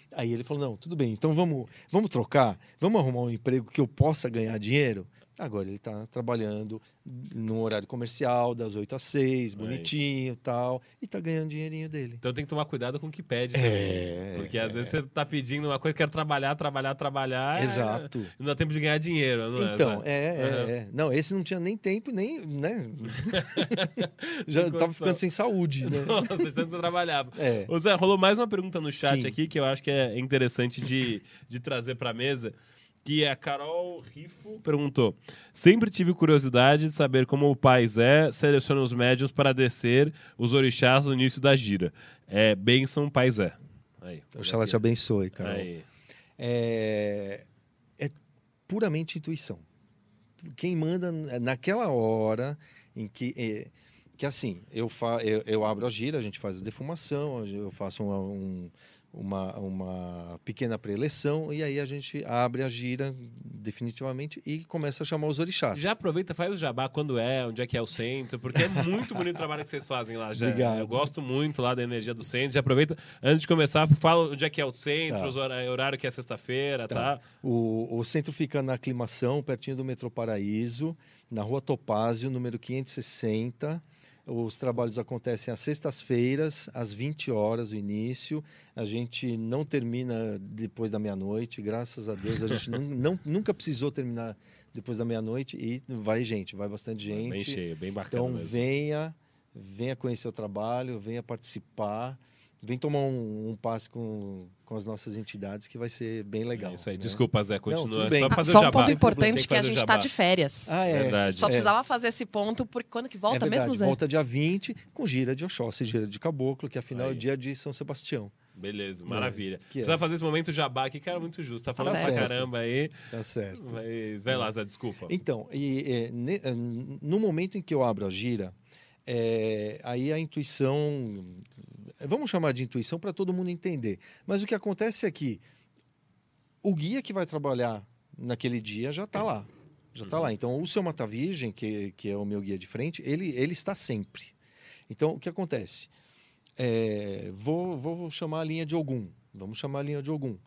Aí ele falou, não, tudo bem, então vamos, vamos trocar, vamos arrumar um emprego que eu possa ganhar dinheiro. Agora ele está trabalhando no horário comercial, das oito às seis, bonitinho e tal, e está ganhando dinheirinho dele. Então tem que tomar cuidado com o que pede também. É, porque às é. vezes você tá pedindo uma coisa, quer trabalhar, trabalhar, trabalhar. Exato. É, não dá tempo de ganhar dinheiro, não é? Então, é, é, Uhum. é. Não, esse não tinha nem tempo, nem, né? Já estava ficando sem saúde, né? Nossa, vocês tanto trabalhavam. É. Ô Zé, rolou mais uma pergunta no chat Sim. aqui que eu acho que é interessante de, de trazer pra mesa. Que é a Carol Rifo perguntou: sempre tive curiosidade de saber como o pai Zé seleciona os médiuns para descer os orixás no início da gira. É Benção Pai Zé. Aí, Oxalá te abençoe, Carol. Aí. É, é puramente intuição. Quem manda naquela hora em que... É, que assim, eu, fa, eu, eu abro a gira, a gente faz a defumação, eu faço uma, um, uma, uma pequena pré-eleção e aí a gente abre a gira definitivamente e começa a chamar os orixás. Já aproveita, faz o jabá quando é, onde é que é o centro, porque é muito bonito o trabalho que vocês fazem lá. Já. Obrigado. Eu gosto muito lá da energia do centro. Já aproveita, antes de começar, fala onde é que é o centro, Tá. os hora- horário que é sexta-feira, tá? Tá. O, o centro fica na Aclimação, pertinho do Metrô Paraíso, na Rua Topázio, número quinhentos e sessenta. Os trabalhos acontecem às sextas-feiras, às vinte horas, o início. A gente não termina depois da meia-noite, graças a Deus. A gente não, não- nunca precisou terminar depois da meia-noite e vai gente, vai bastante gente. Bem cheio, bem bacana Então mesmo. venha, venha conhecer o trabalho, venha participar, vem tomar um, um passe com, com as nossas entidades que vai ser bem legal. É isso aí. né? Desculpa, Zé, continua. tudo bem. Só pra fazer Só o um jabá. ponto Tem importante Tem que a fazer o gente tá jabá. de férias. Ah, é. Verdade. Só É. precisava fazer esse ponto, porque quando que volta é verdade. mesmo, Zé? Volta dia vinte com gira de Oxóssi, gira de Caboclo, que afinal Aí. é dia de São Sebastião. Beleza, maravilha. que é. Você vai fazer esse momento jabá aqui, que era muito justo. Tá falando pra certo. caramba aí. Tá certo. Mas vai lá, Zé, desculpa. Então, e, é, ne- é, no momento em que eu abro a gira, é, aí a intuição... Vamos chamar de intuição para todo mundo entender. Mas o que acontece é que o guia que vai trabalhar naquele dia já está lá. Já está lá. Então, o seu Mata Virgem, que, que é o meu guia de frente, ele, ele está sempre. Então, o que acontece? É, vou, vou chamar a linha de Ogum. Vamos chamar a linha de Ogum.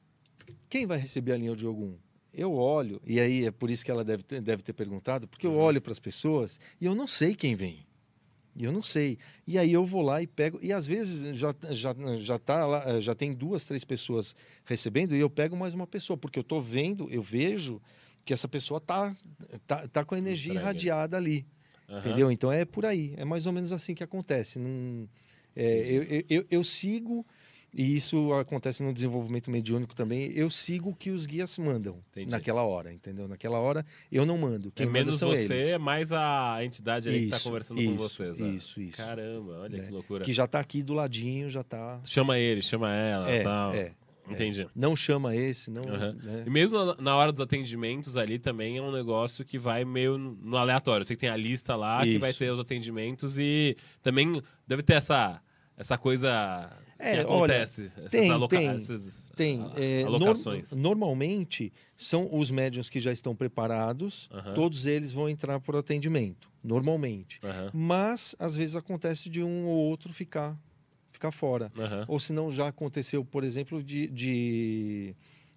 Quem vai receber a linha de Ogum? Eu olho, e aí é por isso que ela deve ter, deve ter perguntado, porque eu olho para as pessoas e eu não sei quem vem. E eu não sei. E aí eu vou lá e pego. E às vezes já, já, já, tá lá, já tem duas, três pessoas recebendo e eu pego mais uma pessoa, porque eu estou vendo, eu vejo que essa pessoa tá, tá, tá com a energia Entrega. irradiada ali. Aham. Entendeu? Então é por aí. É mais ou menos assim que acontece. Não, é, eu, eu, eu, eu sigo, e isso acontece no desenvolvimento mediúnico também, eu sigo o que os guias mandam Entendi. naquela hora, entendeu? Naquela hora eu não mando. Quem É manda menos são você, eles. é mais a entidade aí que tá Isso, conversando com isso, vocês. né? isso, isso. Caramba, olha Né? que loucura. Que já está aqui do ladinho, já está. Chama ele, chama ela É, tal. é, Entendi. Não chama esse, não. Aham. Né? E mesmo na- na hora dos atendimentos ali também é um negócio que vai meio no no aleatório. Você tem a lista lá que Isso. vai ter os atendimentos e também deve ter essa, essa coisa É, que acontece. olha, essas, tem, aloca tem, essas Tem. a- é, nor- alocações. normalmente são os médiuns que já estão preparados, Aham. todos eles vão entrar por atendimento, normalmente. Aham, Mas às vezes acontece de um ou outro ficar, ficar fora. aham. Ou se não, já aconteceu, por exemplo, de, de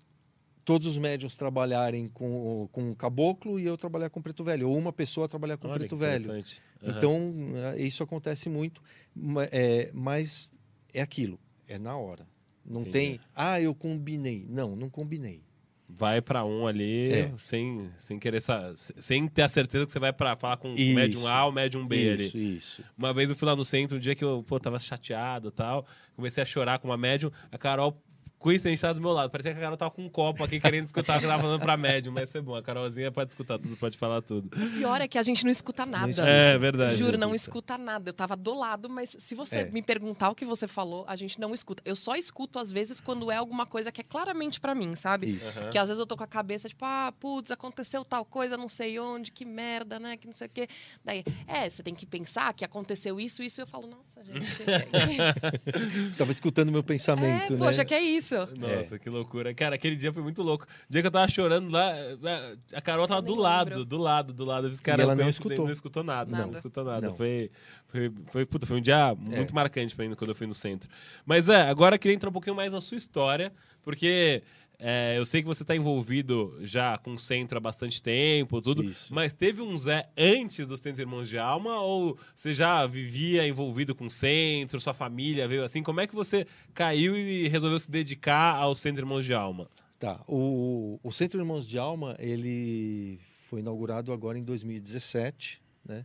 todos os médiuns trabalharem com, com caboclo e eu trabalhar com preto velho, ou uma pessoa trabalhar com Olha preto que velho. interessante. Aham. Então, eh, isso acontece muito, ma- é, mas é aquilo, é na hora. Não Entendi. tem, ah, eu combinei. Não, não combinei. Vai pra um ali É. sem, sem querer sa- sem ter a certeza que você vai pra falar com o Isso. médium A ou médium B ali. Isso, isso. Uma vez eu fui lá no centro, um dia que eu pô, tava chateado e tal. Comecei a chorar com uma médium. A Carol, coincidente, tava do meu lado. Parecia que a Carol tava com um copo aqui querendo escutar o que eu tava falando pra médium. Mas isso é bom. A Carolzinha pode escutar tudo, pode falar tudo. O pior é que a gente não escuta nada. escuta. É verdade. Juro, não escuta. escuta nada. Eu tava do lado, mas se você É. me perguntar o que você falou, a gente não escuta. Eu só escuto, às vezes, quando é alguma coisa que é claramente pra mim, sabe? Isso. Aham. Que às vezes eu tô com a cabeça, tipo, ah, putz, aconteceu tal coisa, não sei onde, que merda, né? Que não sei o quê. Daí, é, você tem que pensar que aconteceu isso, isso. E eu falo, nossa, gente. Tava escutando meu pensamento, é, né? poxa, que é isso. isso. Nossa, que loucura. Cara, aquele dia foi muito louco. O dia que eu tava chorando lá, a Carol tava do lado, lembro. do lado, do lado. Eu disse, cara, E ela eu não conheço- escutou. Não escutou nada. Não, Nada. escutou nada. Não. Foi, foi, foi, puta, foi um dia muito marcante pra mim quando eu fui no centro. Mas é, agora eu queria entrar um pouquinho mais na sua história, porque é, eu sei que você tá envolvido já com o centro há bastante tempo, tudo. Isso. Mas teve um Zé antes do Centro Irmãos de Alma ou você já vivia envolvido com o centro, sua família veio assim? Como é que você caiu e resolveu se dedicar ao Centro Irmãos de Alma? Tá, o, o Centro Irmãos de Alma, ele foi inaugurado agora em dois mil e dezessete, né?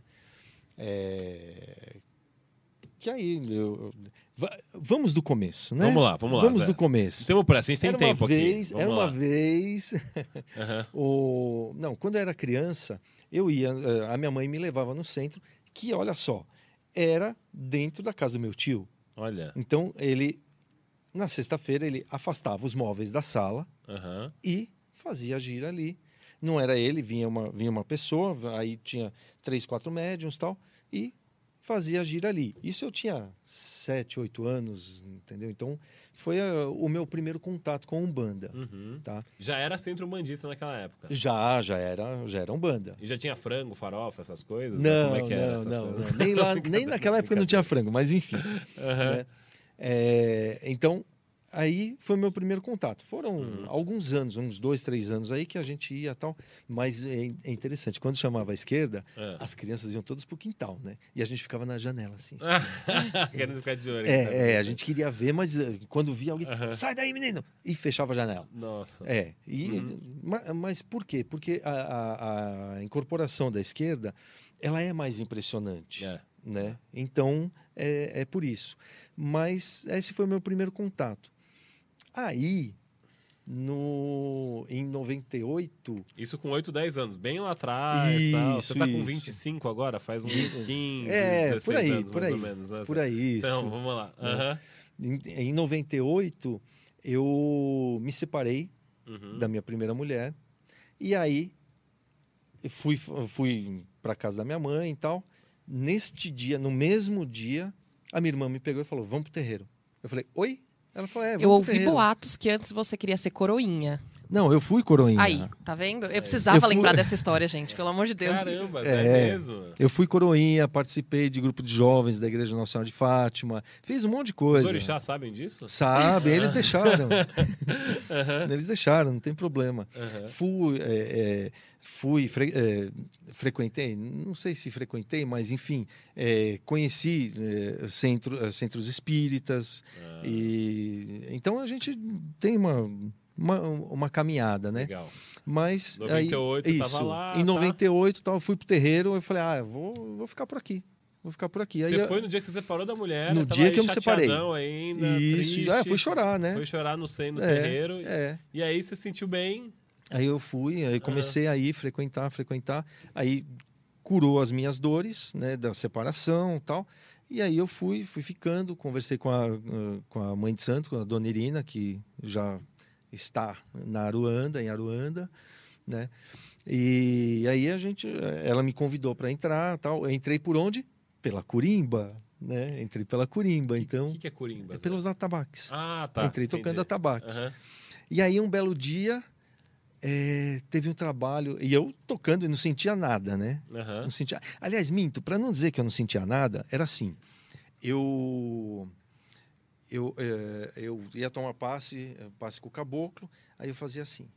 É, que aí, eu- va- vamos do começo, né? Vamos lá, vamos lá, Vamos Zé. do começo. Temos pressa, a gente tem era tempo uma vez, aqui. Vamos era uma lá. vez, Aham. o, não, quando eu era criança, eu ia, eh, a minha mãe me levava no centro, que olha só, era dentro da casa do meu tio. Olha. Então ele, na sexta-feira, ele afastava os móveis da sala Aham. e fazia a gira ali. Não era ele, vinha uma, vinha uma pessoa, aí tinha três, quatro médiums e tal, e fazia a gira ali. Isso eu tinha sete, oito anos, entendeu? Então foi ah, o meu primeiro contato com Umbanda, Uhum. tá? Já era centro umbandista naquela época. Já, já era, já era Umbanda. E já tinha frango, farofa, essas coisas? Não, Como é que era não, essas não, coisas? não. Nem, lá, nem Brincadeira, naquela época não tinha frango, mas enfim. Aham. né? É, então, aí foi o meu primeiro contato. Foram Uhum. alguns anos, uns dois, três anos aí que a gente ia e tal. Mas é, é interessante, quando chamava a esquerda, É. as crianças iam todas pro quintal, né? E a gente ficava na janela, assim. Querendo ficar de olho. sabe? É, é, a gente queria ver, mas eh, quando via alguém, Aham. sai daí, menino! E fechava a janela. Nossa. É, e, Uhum. ma- mas por quê? Porque a, a- a incorporação da esquerda, ela é mais impressionante, É. né? Então, é, é por isso. Mas esse foi o meu primeiro contato. Aí, no, em noventa e oito, Isso com oito, dez anos, bem lá atrás. Tal. Você Isso, tá com isso. vinte e cinco agora, faz uns quinze, É, dezesseis por aí, anos, por mais aí, ou menos. Né? por aí, Então, isso. vamos lá. Né? Aham. Em, em noventa e oito, eu me separei Uhum. da minha primeira mulher. E aí, eu fui, fui para casa da minha mãe e tal. Neste dia, no mesmo dia, a minha irmã me pegou e falou: vamos pro terreiro. Eu falei: oi? Ela falou: é, vamos Eu pro ouvi terreiro. boatos que antes você queria ser coroinha. Não, eu fui coroinha. Aí, tá vendo? Eu precisava Eu fui- lembrar dessa história, gente. Pelo amor de Deus. Caramba, é, É. mesmo? Eu fui coroinha, participei de grupo de jovens da Igreja Nossa Senhora de Fátima. Fiz um monte de Os coisa. orixás sabem disso? Sabe, eles deixaram. Aham. Eles deixaram, não tem problema. Aham. Fui, é, é, fui fre- é, frequentei, não sei se frequentei, mas enfim, é, conheci é, centro, é, centros espíritas. Ah, E, então a gente tem uma, uma, uma caminhada, né? Legal. Mas noventa e oito aí, você isso, tava lá, em tá? noventa e oito tal, eu fui pro terreiro, eu falei: ah, eu vou, vou ficar por aqui. Vou ficar por aqui. Aí, Você eu- foi no dia que você separou da mulher, No né? Tava dia aí que eu me separei. chateadão ainda, Isso, triste. ah, fui chorar, né? Foi chorar no, centro, no É, terreiro. é. E aí você se sentiu bem. Aí eu fui, aí comecei a ir, frequentar, frequentar. Aí curou as minhas dores, né, da separação e tal. E aí eu fui, fui ficando, conversei com a, eh, com a mãe de santo, com a dona Irina, que já está na Aruanda, em Aruanda, né? E aí a gente, ela me convidou para entrar, tal. Eu entrei por onde? Pela Curimba, né? Entrei pela Curimba, então, O que, que é corimba? é Zé? pelos atabaques. Ah, tá. Entrei tocando entendi. atabaque. Aham. E aí, um belo dia, eh, teve um trabalho, e eu tocando e não sentia nada, né? Aham. Não sentia... Aliás, minto, para não dizer que eu não sentia nada, era assim. Eu, eu, eh, eu ia tomar passe, eh, passe com o caboclo, aí eu fazia assim.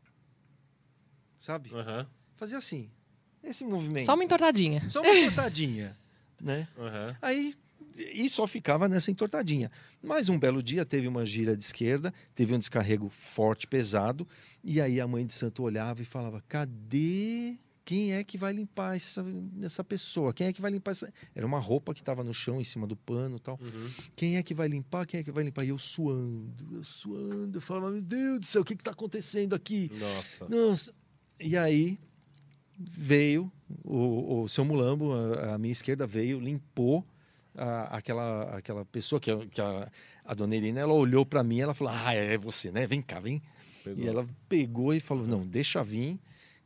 Sabe? Aham. Fazia assim. Esse movimento. Só uma entortadinha. Só uma entortadinha, né? Aham. Aí, e só ficava nessa entortadinha. Mas um belo dia teve uma gira de esquerda, teve um descarrego forte, pesado, e aí a mãe de santo olhava e falava: cadê? Quem é que vai limpar essa, essa pessoa? Quem é que vai limpar essa... Era uma roupa que estava no chão, em cima do pano e tal. Uhum. Quem é que vai limpar? Quem é que vai limpar? E eu suando, eu suando. Eu falava: meu Deus do céu, o que está acontecendo aqui? Nossa. Nossa. E aí veio o, o seu Mulambo, a, a minha esquerda veio, limpou a, aquela, aquela pessoa que, a, que a, a dona Irina, ela olhou para mim, ela falou: ah, é você, né? Vem cá, vem. Pegou. E ela pegou e falou: não, deixa vir,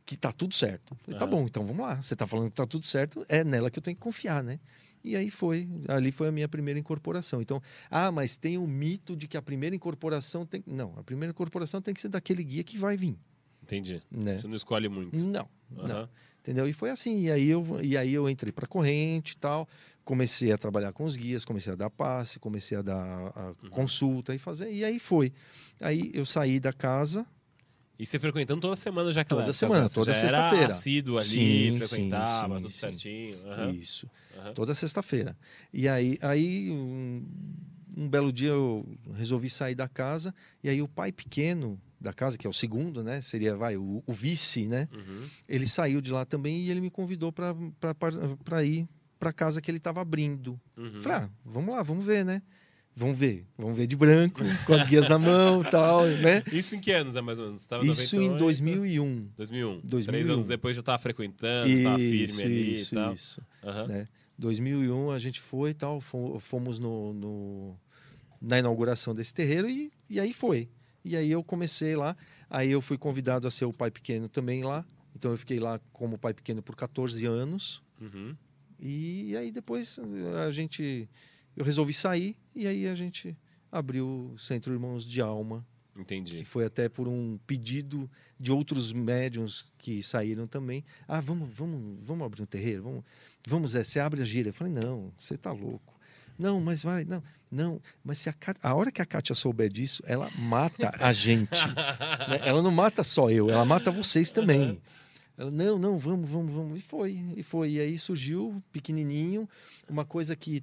que tá tudo certo. Eu falei, tá Aham. bom, então vamos lá. Você tá falando que tá tudo certo, é nela que eu tenho que confiar, né? E aí foi, ali foi a minha primeira incorporação. Então, ah, mas tem um mito de que a primeira incorporação tem... Não, a primeira incorporação tem que ser daquele guia que vai vir, Entendi. né? Você não escolhe muito. Não, não. Aham. Entendeu? E foi assim, e aí eu, e aí eu entrei para corrente e tal, comecei a trabalhar com os guias, comecei a dar passe, comecei a dar a Uhum. consulta e fazer, e aí foi. Aí eu saí da casa, E você frequentando toda semana já aquela Toda época, semana, você toda já era sexta-feira. assíduo ali, Sim, frequentava, sim, tudo sim, certinho. Aham. isso, Aham. toda sexta-feira. E aí, aí um, um belo dia eu resolvi sair da casa, e aí o pai pequeno da casa, que é o segundo, né, seria vai, o, o vice, né, Uhum. ele saiu de lá também e ele me convidou para ir para casa que ele estava abrindo. Uhum. Falei, ah, vamos lá, vamos ver, né? Vamos ver, vamos ver de branco, com as guias na mão e tal, né? Isso em que anos, é mais ou menos? Você tava Isso em noventa e oito? dois mil e um. dois mil e um. dois mil e um. Três anos depois já estava frequentando, estava firme Isso, ali isso, e tal. isso. Aham. Né? dois mil e um a gente foi e tal, fo- fomos no, no- na inauguração desse terreiro e, e aí foi. E aí eu comecei lá, aí eu fui convidado a ser o pai pequeno também lá, então eu fiquei lá como pai pequeno por quatorze anos. Uhum. E aí depois a gente, eu resolvi sair e aí a gente abriu o Centro Irmãos de Alma, Entendi. que foi até por um pedido de outros médiuns que saíram também. Ah, vamos, vamos, vamos abrir um terreiro, vamos, vamos, Zé, você abre a gira. Eu falei, não, você tá louco. Não, mas vai, não, não, mas se a, Kátia, a hora que a Kátia souber disso, ela mata a gente. Né? Ela não mata só eu, ela mata vocês também. Ela, não, não, vamos, vamos, vamos. E foi, e foi. E aí surgiu, pequenininho, uma coisa que,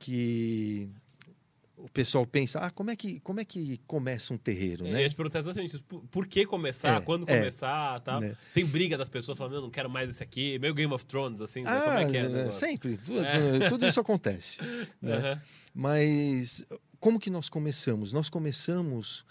que o pessoal pensa, ah, como é que, como é que começa um terreiro, Eu né? ia te perguntar exatamente isso. Por, por que começar? É, Quando é, começar? Tal? né? Tem briga das pessoas falando, eu não quero mais esse aqui. Meio Game of Thrones, assim. né? Ah, Como é que é? o é, negócio? sempre, tu- É. tu- tudo isso acontece. Né? Aham. Mas como que nós começamos? Nós começamos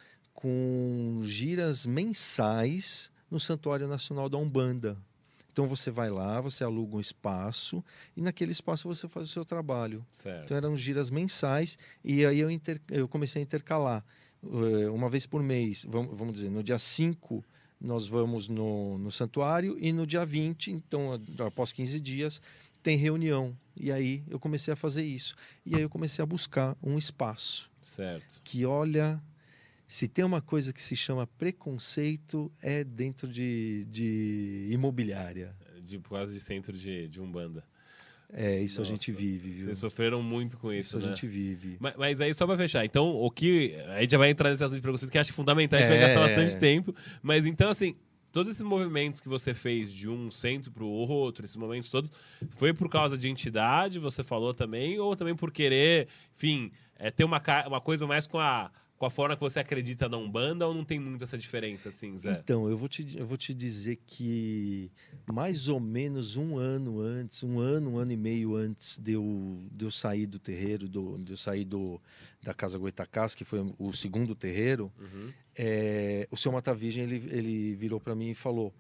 com giras mensais no Santuário Nacional da Umbanda. Então você vai lá, você aluga um espaço e naquele espaço você faz o seu trabalho. Certo. Então eram giras mensais e aí eu, inter... eu comecei a intercalar uh, uma vez por mês, vamos, vamos dizer, no dia cinco nós vamos no, no santuário e no dia vinte, então após quinze dias, tem reunião. E aí eu comecei a fazer isso. E aí eu comecei a buscar um espaço Certo. que, olha, se tem uma coisa que se chama preconceito, é dentro de, de imobiliária. De, quase de centro de, de Umbanda. É, isso Nossa, a gente vive, viu? Vocês sofreram muito com isso, Isso a né? gente vive. Mas, mas aí, só pra fechar, então, o que... A gente já vai entrar nesse assunto de preconceito, que eu acho fundamental, a gente É, vai gastar bastante é. tempo. Mas então, assim, todos esses movimentos que você fez de um centro pro outro, esses momentos todos, foi por causa de entidade, você falou também, ou também por querer, enfim, é, ter uma, ca- uma coisa mais com a, com a forma que você acredita na Umbanda, ou não tem muito essa diferença, assim, Zé? Então, eu vou, te, eu vou te dizer que mais ou menos um ano antes, um ano, um ano e meio antes de eu, de eu sair do terreiro, do, de eu sair do, da Casa Goitacás, que foi o segundo terreiro, Uhum. é, o seu Mata Virgem, ele, ele virou para mim e falou,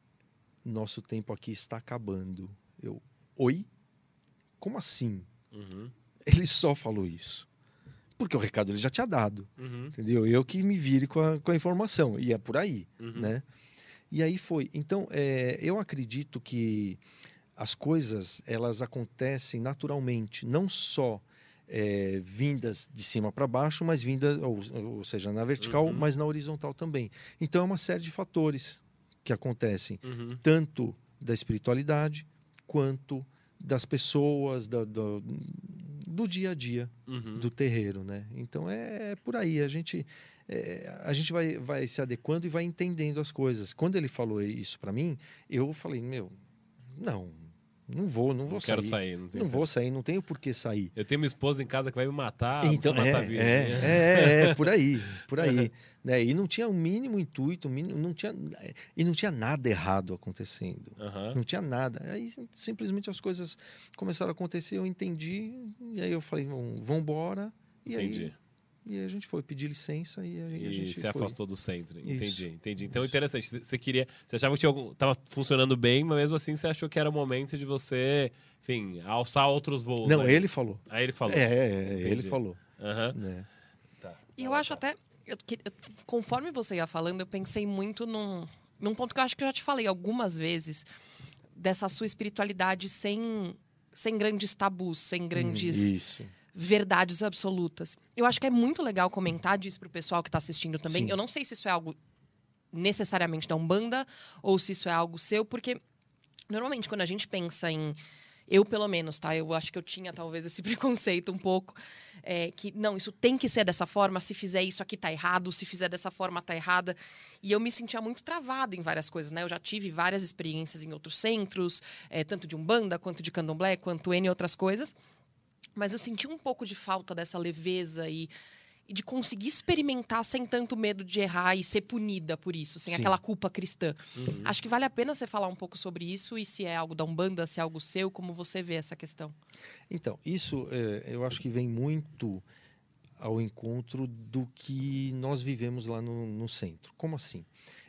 nosso tempo aqui está acabando. Eu, oi? Como assim? Uhum. Ele só falou isso. Porque o recado ele já tinha dado. Uhum. Entendeu? Eu que me vire com a, com a informação. E é por aí, Uhum. né? E aí foi. Então, é, eu acredito que as coisas, elas acontecem naturalmente. Não só é, vindas de cima para baixo, mas vindas, ou, ou seja, na vertical, Uhum. mas na horizontal também. Então, é uma série de fatores que acontecem. Uhum. Tanto da espiritualidade, quanto das pessoas, da, do, do dia a dia Uhum. do terreiro, né? Então é, é por aí, a gente é, a gente vai, vai se adequando e vai entendendo as coisas. Quando ele falou isso para mim, eu falei, meu, não, não vou, não vou Não sair. quero sair, não tem Não vou sair, não tenho por que sair. Eu tenho minha esposa em casa que vai me matar. Então, você é, matar a virgem. é, é, é, por aí, por aí. Né? E não tinha o mínimo intuito, o mínimo, não tinha, e não tinha nada errado acontecendo. Aham. Não tinha nada. Aí sim- simplesmente as coisas começaram a acontecer, eu entendi, e aí eu falei, vamos embora. E Entendi. aí, e aí a gente foi pedir licença e aí a E gente se foi. afastou do centro. Entendi, Isso. entendi. Então, Isso. interessante. Você queria. Você achava que tinha algum, tava funcionando bem, mas mesmo assim você achou que era o momento de você, enfim, alçar outros voos. Não, aí. ele falou. Aí ele falou. É, é, é, ele Entendi. falou. Aham. Né? Tá. E eu acho até. eu que- eu- conforme você ia falando, eu pensei muito num, num ponto que eu acho que eu já te falei algumas vezes, dessa sua espiritualidade sem, sem grandes tabus, sem grandes Isso. verdades absolutas. Eu acho que é muito legal comentar disso pro pessoal que está assistindo também. Sim. Eu não sei se isso é algo necessariamente da Umbanda ou se isso é algo seu, porque normalmente quando a gente pensa em... Eu, pelo menos, tá? Eu acho que eu tinha, talvez, esse preconceito um pouco. É, que, não, isso tem que ser dessa forma. Se fizer isso aqui, tá errado. Se fizer dessa forma, tá errada. E eu me sentia muito travada em várias coisas, né? Eu já tive várias experiências em outros centros. É, tanto de Umbanda, quanto de Candomblé, quanto N outras coisas. Mas eu senti um pouco de falta dessa leveza e... e de conseguir experimentar sem tanto medo de errar e ser punida por isso, sem Sim. aquela culpa cristã. Uhum. Acho que vale a pena você falar um pouco sobre isso e se é algo da Umbanda, se é algo seu, como você vê essa questão. Então, isso é, eu acho que vem muito ao encontro do que nós vivemos lá no, no centro. Como assim?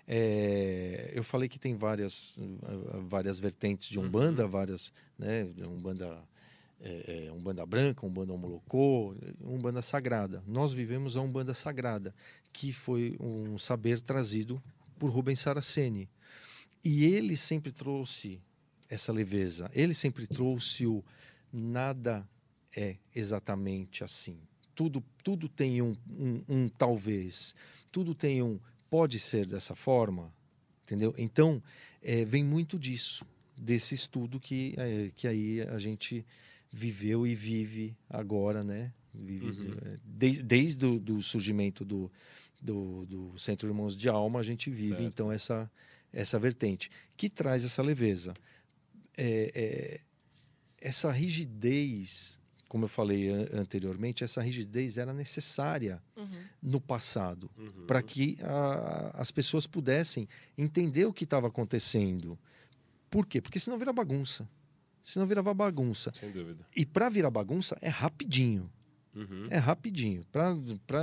É, eu falei que tem várias, várias vertentes de Umbanda, várias, né, Umbanda... É, é, Umbanda branca, Umbanda homolocô, Umbanda sagrada. Nós vivemos a Umbanda sagrada, que foi um saber trazido por Rubens Saraceni. E ele sempre trouxe essa leveza, ele sempre trouxe o nada é exatamente assim. Tudo, tudo tem um, um, um talvez, tudo tem um pode ser dessa forma, entendeu? Então, é, vem muito disso, desse estudo que, é, que aí a gente... viveu e vive agora, né? Vive, Uhum. de, desde o do surgimento do, do, do Centro Irmãos de Alma, a gente vive, Certo. então, essa, essa vertente, que traz essa leveza. É, é, essa rigidez, como eu falei an anteriormente, essa rigidez era necessária Uhum. no passado, Uhum. para que a, as pessoas pudessem entender o que estava acontecendo. Por quê? Porque senão vira bagunça. Senão virava bagunça. Sem dúvida. E para virar bagunça é rapidinho. Uhum. É rapidinho. Para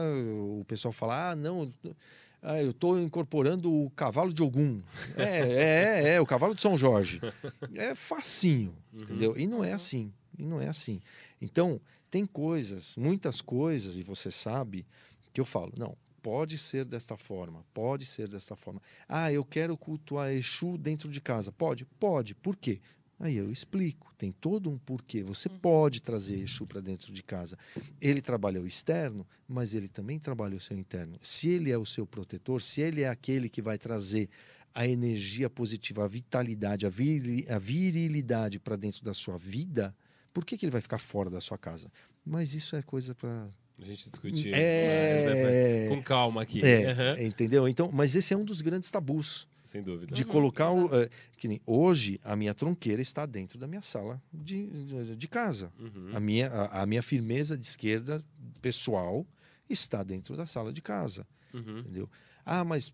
o pessoal falar, ah, não, ah, eu estou incorporando o cavalo de Ogum. É, é, é, o cavalo de São Jorge. É facinho, Uhum. entendeu? E não é assim. E não é assim. Então, tem coisas, muitas coisas, e você sabe, que eu falo, não, pode ser desta forma, pode ser desta forma. Ah, eu quero cultuar Exu dentro de casa. Pode? Pode. Por quê? Aí eu explico, tem todo um porquê. Você pode trazer Exu para dentro de casa. Ele trabalha o externo, mas ele também trabalha o seu interno. Se ele é o seu protetor, se ele é aquele que vai trazer a energia positiva, a vitalidade, a, viril, a virilidade para dentro da sua vida, por que, que ele vai ficar fora da sua casa? Mas isso é coisa para... A gente discutir É... mais, né? Com calma aqui. É, Uhum. entendeu? Então, mas esse é um dos grandes tabus. Sem dúvida. De Uhum, colocar o, exato. é, que nem hoje a minha tronqueira está dentro da minha sala de, de, de casa. Uhum. A minha a, a minha firmeza de esquerda pessoal está dentro da sala de casa, Uhum. entendeu? Ah, mas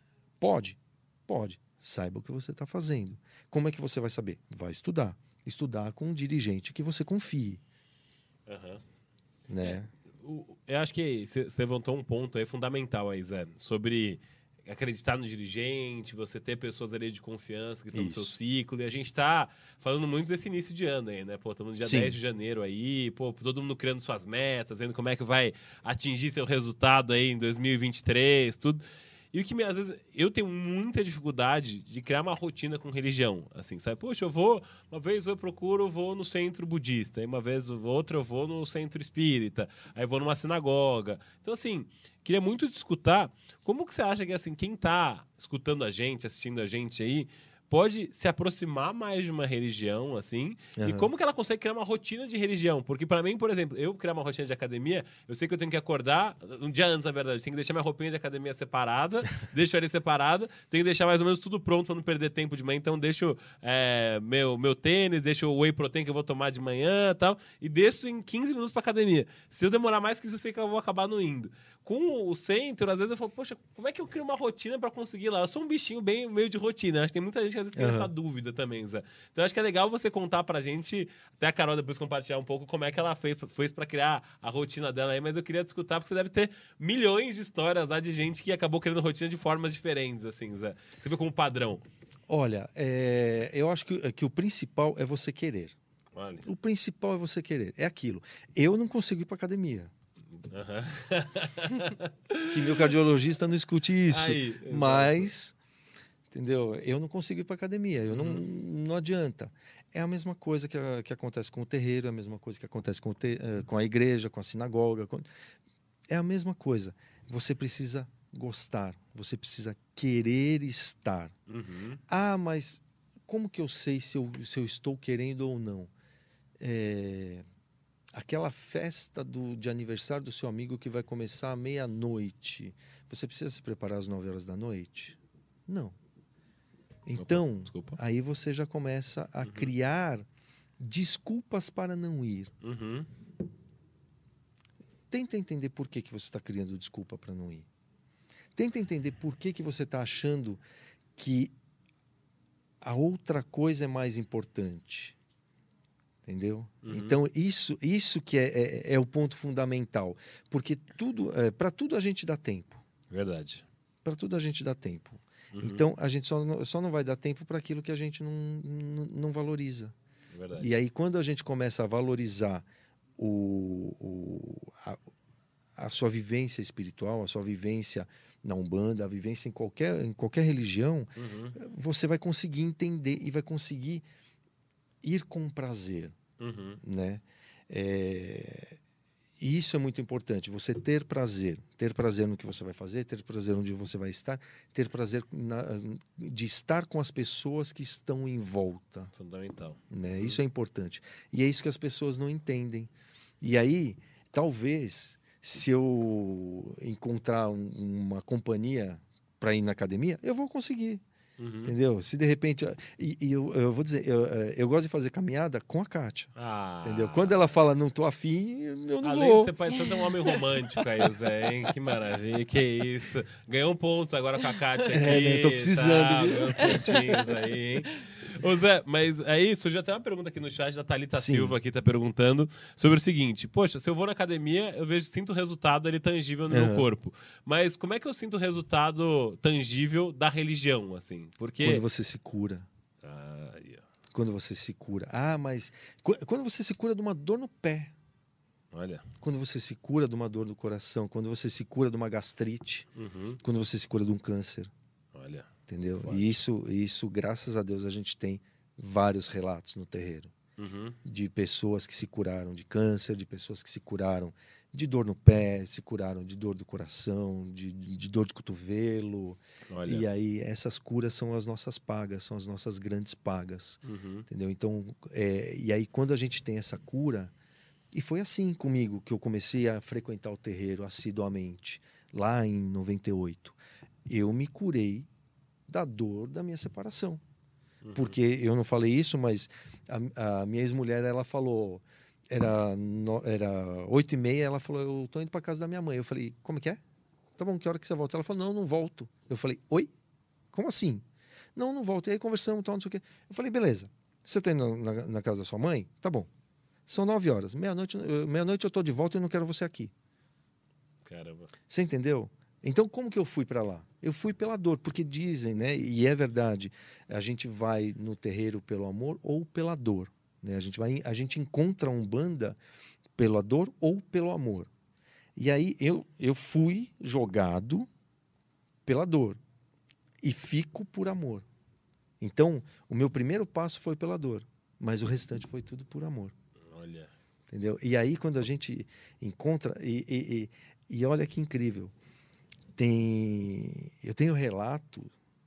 pode, pode. Saiba o que você está fazendo. Como é que você vai saber? Vai estudar, estudar com um dirigente que você confie, Uhum. né? O- Eu acho que você levantou um ponto aí fundamental aí, Zé, sobre acreditar no dirigente, você ter pessoas ali de confiança que estão no seu Isso. ciclo. E a gente tá falando muito desse início de ano aí, né? Pô, estamos no dia Sim. dez de janeiro aí, pô, todo mundo criando suas metas, vendo como é que vai atingir seu resultado aí em dois mil e vinte e três, tudo. E o que me, às vezes, eu tenho muita dificuldade de criar uma rotina com religião, assim, sabe? Poxa, eu vou, uma vez eu procuro, eu vou no centro budista, aí uma vez outra eu vou no centro espírita, aí eu vou numa sinagoga. Então, assim, queria muito te escutar, como que você acha que, assim, quem tá escutando a gente, assistindo a gente aí, pode se aproximar mais de uma religião, assim, e Aham. como que ela consegue criar uma rotina de religião? Porque para mim, por exemplo, eu criar uma rotina de academia, eu sei que eu tenho que acordar, um dia antes, na verdade, eu tenho que deixar minha roupinha de academia separada, deixo ela separada, tenho que deixar mais ou menos tudo pronto para não perder tempo de manhã, então deixo é, meu, meu tênis, deixo o whey protein que eu vou tomar de manhã e tal, e desço em quinze minutos para academia. Se eu demorar mais que isso, eu sei que eu vou acabar não indo. Com o centro, às vezes eu falo, poxa, como é que eu crio uma rotina para conseguir ir lá? Eu sou um bichinho bem meio de rotina. Acho que tem muita gente que às vezes tem Uhum. essa dúvida também, Zé. Então acho que é legal você contar pra gente, até a Carol depois compartilhar um pouco como é que ela fez, fez para criar a rotina dela aí, mas eu queria te escutar porque você deve ter milhões de histórias lá de gente que acabou criando rotina de formas diferentes, assim, Zé. Você vê como padrão. Olha, é, eu acho que, que o principal é você querer. Olha. O principal é você querer. É aquilo. Eu não consigo ir para academia. Uhum. Que meu cardiologista não escute isso. Aí, exato. Mas Entendeu? Eu não consigo ir para academia, eu não, Uhum. não adianta. É a mesma coisa que, a, que acontece com o terreiro, é a mesma coisa que acontece com, o te, eh, com a igreja, com a sinagoga. Com... É a mesma coisa. Você precisa gostar, você precisa querer estar. Uhum. Ah, mas como que eu sei se eu, se eu estou querendo ou não? É... Aquela festa do, de aniversário do seu amigo que vai começar à meia-noite, você precisa se preparar às nove horas da noite? Não. Então, Opa, desculpa. aí você já começa a Uhum. criar desculpas para não ir. Uhum. Tenta entender por que, que você está criando desculpa para não ir. Tenta entender por que, que você está achando que a outra coisa é mais importante. Entendeu? Uhum. Então, isso, isso que é, é, é o ponto fundamental. Porque tudo, é, para tudo a gente dá tempo. Verdade. Para tudo a gente dá tempo. Uhum. Então, a gente só não, só não vai dar tempo para aquilo que a gente não, não, não valoriza. Verdade. E aí, quando a gente começa a valorizar o, o, a, a sua vivência espiritual, a sua vivência na Umbanda, a vivência em qualquer, em qualquer religião, Uhum. você vai conseguir entender e vai conseguir ir com prazer. Uhum. Né? É... E isso é muito importante, você ter prazer. Ter prazer no que você vai fazer, ter prazer onde você vai estar, ter prazer na, de estar com as pessoas que estão em volta. Fundamental. Né? Uhum. Isso é importante. E é isso que as pessoas não entendem. E aí, talvez, se eu encontrar um, uma companhia para ir na academia, eu vou conseguir. Uhum. Entendeu? Se de repente... E, e eu, eu vou dizer, eu, eu gosto de fazer caminhada com a Kátia. Ah. Entendeu? Quando ela fala não tô afim, eu não Além vou. de você pode ser um homem romântico aí, Zé, hein? Que maravilha, que isso. Ganhou um ponto agora com a Kátia aqui. É, né? Tô precisando, tá? viu? Ganhou uns pontinhos aí, hein? Ô Zé, mas é isso, já tem uma pergunta aqui no chat da Thalita Sim. Silva aqui, tá perguntando sobre o seguinte: poxa, se eu vou na academia, eu vejo, sinto o resultado ali tangível no Uhum. meu corpo. Mas como é que eu sinto o resultado tangível da religião, assim? Porque... Quando você se cura. Ah, aí, ó. Quando você se cura. Ah, mas... qu- Quando você se cura de uma dor no pé. Olha. Quando você se cura de uma dor no coração. Quando você se cura de uma gastrite. Uhum. Quando você se cura de um câncer. Olha. Entendeu? Forte. E isso, isso, graças a Deus, a gente tem vários relatos no terreiro. Uhum. De pessoas que se curaram de câncer, de pessoas que se curaram de dor no pé, se curaram de dor do coração, de, de dor de cotovelo. Olha. E aí essas curas são as nossas pagas, são as nossas grandes pagas. Uhum. Entendeu? Então, é, e aí quando a gente tem essa cura, e foi assim comigo que eu comecei a frequentar o terreiro assiduamente, lá em noventa e oito. Eu me curei da dor da minha separação. Uhum. Porque eu não falei isso, mas a, a minha ex-mulher, ela falou, era, no, era oito e meia, ela falou, eu tô indo para casa da minha mãe. Eu falei, como que é? Tá bom, que hora que você volta? Ela falou, não, não volto. Eu falei, oi? Como assim? Não, não volto. E aí conversamos, tal, não sei o quê. Eu falei, beleza. Você tá indo na, na casa da sua mãe? Tá bom. São nove horas. Meia-noite meia-noite eu tô de volta e eu não quero você aqui. Caramba. Você entendeu? Então, como que eu fui para lá? Eu fui pela dor, porque dizem, né? E é verdade, a gente vai no terreiro pelo amor ou pela dor. Né? A gente vai, a gente encontra a Umbanda pela dor ou pelo amor. E aí eu, eu fui jogado pela dor e fico por amor. Então, o meu primeiro passo foi pela dor, mas o restante foi tudo por amor. Olha. Entendeu? E aí, quando a gente encontra... E, e, e, e olha que incrível. Tem, eu tenho relato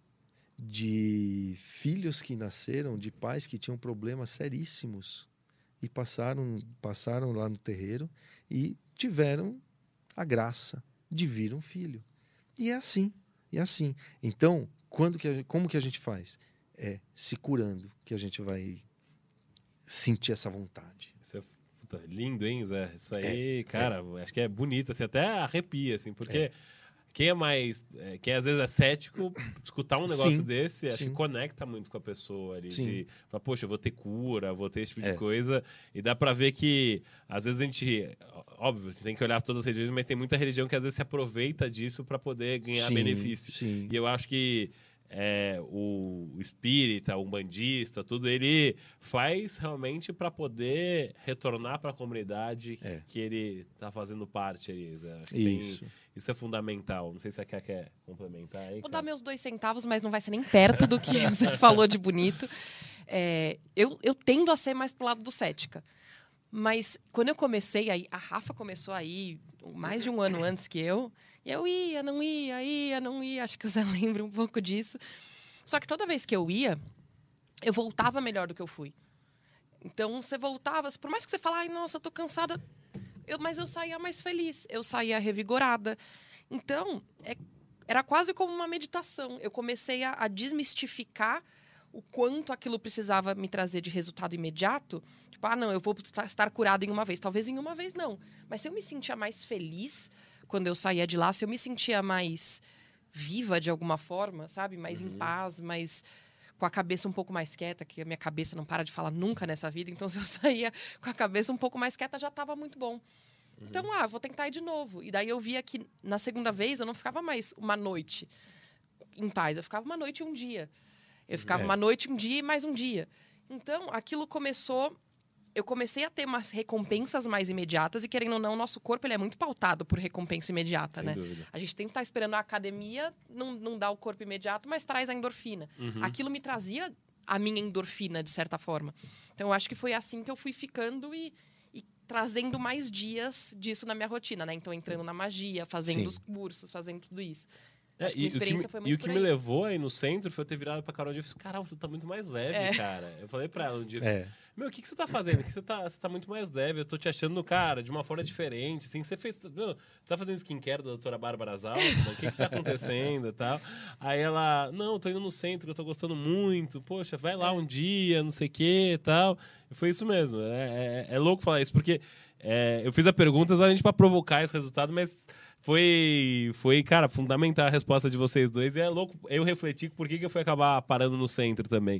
de filhos que nasceram de pais que tinham problemas seríssimos e passaram, passaram lá no terreiro e tiveram a graça de vir um filho. E é assim, é assim. Então, quando que a, como que a gente faz? É se curando que a gente vai sentir essa vontade. Isso é puta, lindo, hein, Zé? Isso aí, É, cara, é. acho que é bonito, assim, até arrepia, assim, porque É. quem é mais, é, quem às vezes é cético, escutar um negócio Sim, desse, acho sim. que conecta muito com a pessoa ali, Sim. de falar, poxa, eu vou ter cura, vou ter esse tipo É. de coisa, e dá pra ver que, às vezes a gente, óbvio, você tem que olhar todas as religiões, mas tem muita religião que às vezes se aproveita disso pra poder ganhar Sim, benefício. sim. E eu acho que é, o, o espírita, o umbandista, tudo, ele faz realmente para poder retornar para a comunidade É. que ele está fazendo parte. Ali, Zé. Acho que Isso. Tem, isso é fundamental. Não sei se você quer, quer complementar aí. Vou cara. dar meus dois centavos, mas não vai ser nem perto do que você falou de bonito. É, eu, eu tendo a ser mais pro lado do cética. Mas quando eu comecei, aí, a Rafa começou aí mais de um ano antes que eu. E eu ia, não ia, ia, não ia. Acho que o Zé lembra um pouco disso. Só que toda vez que eu ia, eu voltava melhor do que eu fui. Então, você voltava, por mais que você falasse, ai, nossa, eu tô cansada, eu, mas eu saía mais feliz, eu saía revigorada. Então, é, era quase como uma meditação. Eu comecei a, a desmistificar o quanto aquilo precisava me trazer de resultado imediato. Tipo, ah, não, eu vou estar curado em uma vez. Talvez em uma vez não. Mas se eu me sentia mais feliz quando eu saía de lá, se eu me sentia mais viva de alguma forma, sabe? Mais uhum. em paz, mais com a cabeça um pouco mais quieta, que a minha cabeça não para de falar nunca nessa vida. Então, se eu saía com a cabeça um pouco mais quieta, já estava muito bom. Uhum. Então, ah, vou tentar ir de novo. E daí eu via que na segunda vez eu não ficava mais uma noite em paz. Eu ficava uma noite e um dia. Eu ficava é. uma noite, um dia e mais um dia. Então, aquilo começou... Eu comecei a ter umas recompensas mais imediatas e, querendo ou não, o nosso corpo ele é muito pautado por recompensa imediata, Sem né? dúvida. A gente tem que estar esperando a academia, não, não dá o corpo imediato, mas traz a endorfina. Uhum. Aquilo me trazia a minha endorfina, de certa forma. Então, eu acho que foi assim que eu fui ficando e, e trazendo mais dias disso na minha rotina, né? Então, entrando na magia, fazendo Sim. os cursos, fazendo tudo isso. É, e, experiência o que, me, e o que me levou aí no centro foi eu ter virado pra Carol e eu falei, caralho, você tá muito mais leve, é. cara. Eu falei pra ela um dia, é. meu, o que, que você tá fazendo? Que você, tá, você tá muito mais leve, eu tô te achando, cara, de uma forma diferente. Assim, você fez. Meu, você tá fazendo skincare da doutora Bárbara Zaltman? O que, que tá acontecendo e tal? Aí ela, não, tô indo no centro, eu tô gostando muito. Poxa, vai lá um dia, não sei o que e tal. E foi isso mesmo. É, é, é louco falar isso, porque é, eu fiz a pergunta exatamente pra provocar esse resultado, mas. Foi, foi, cara, fundamental a resposta de vocês dois. E é louco eu refletir por que eu fui acabar parando no centro também.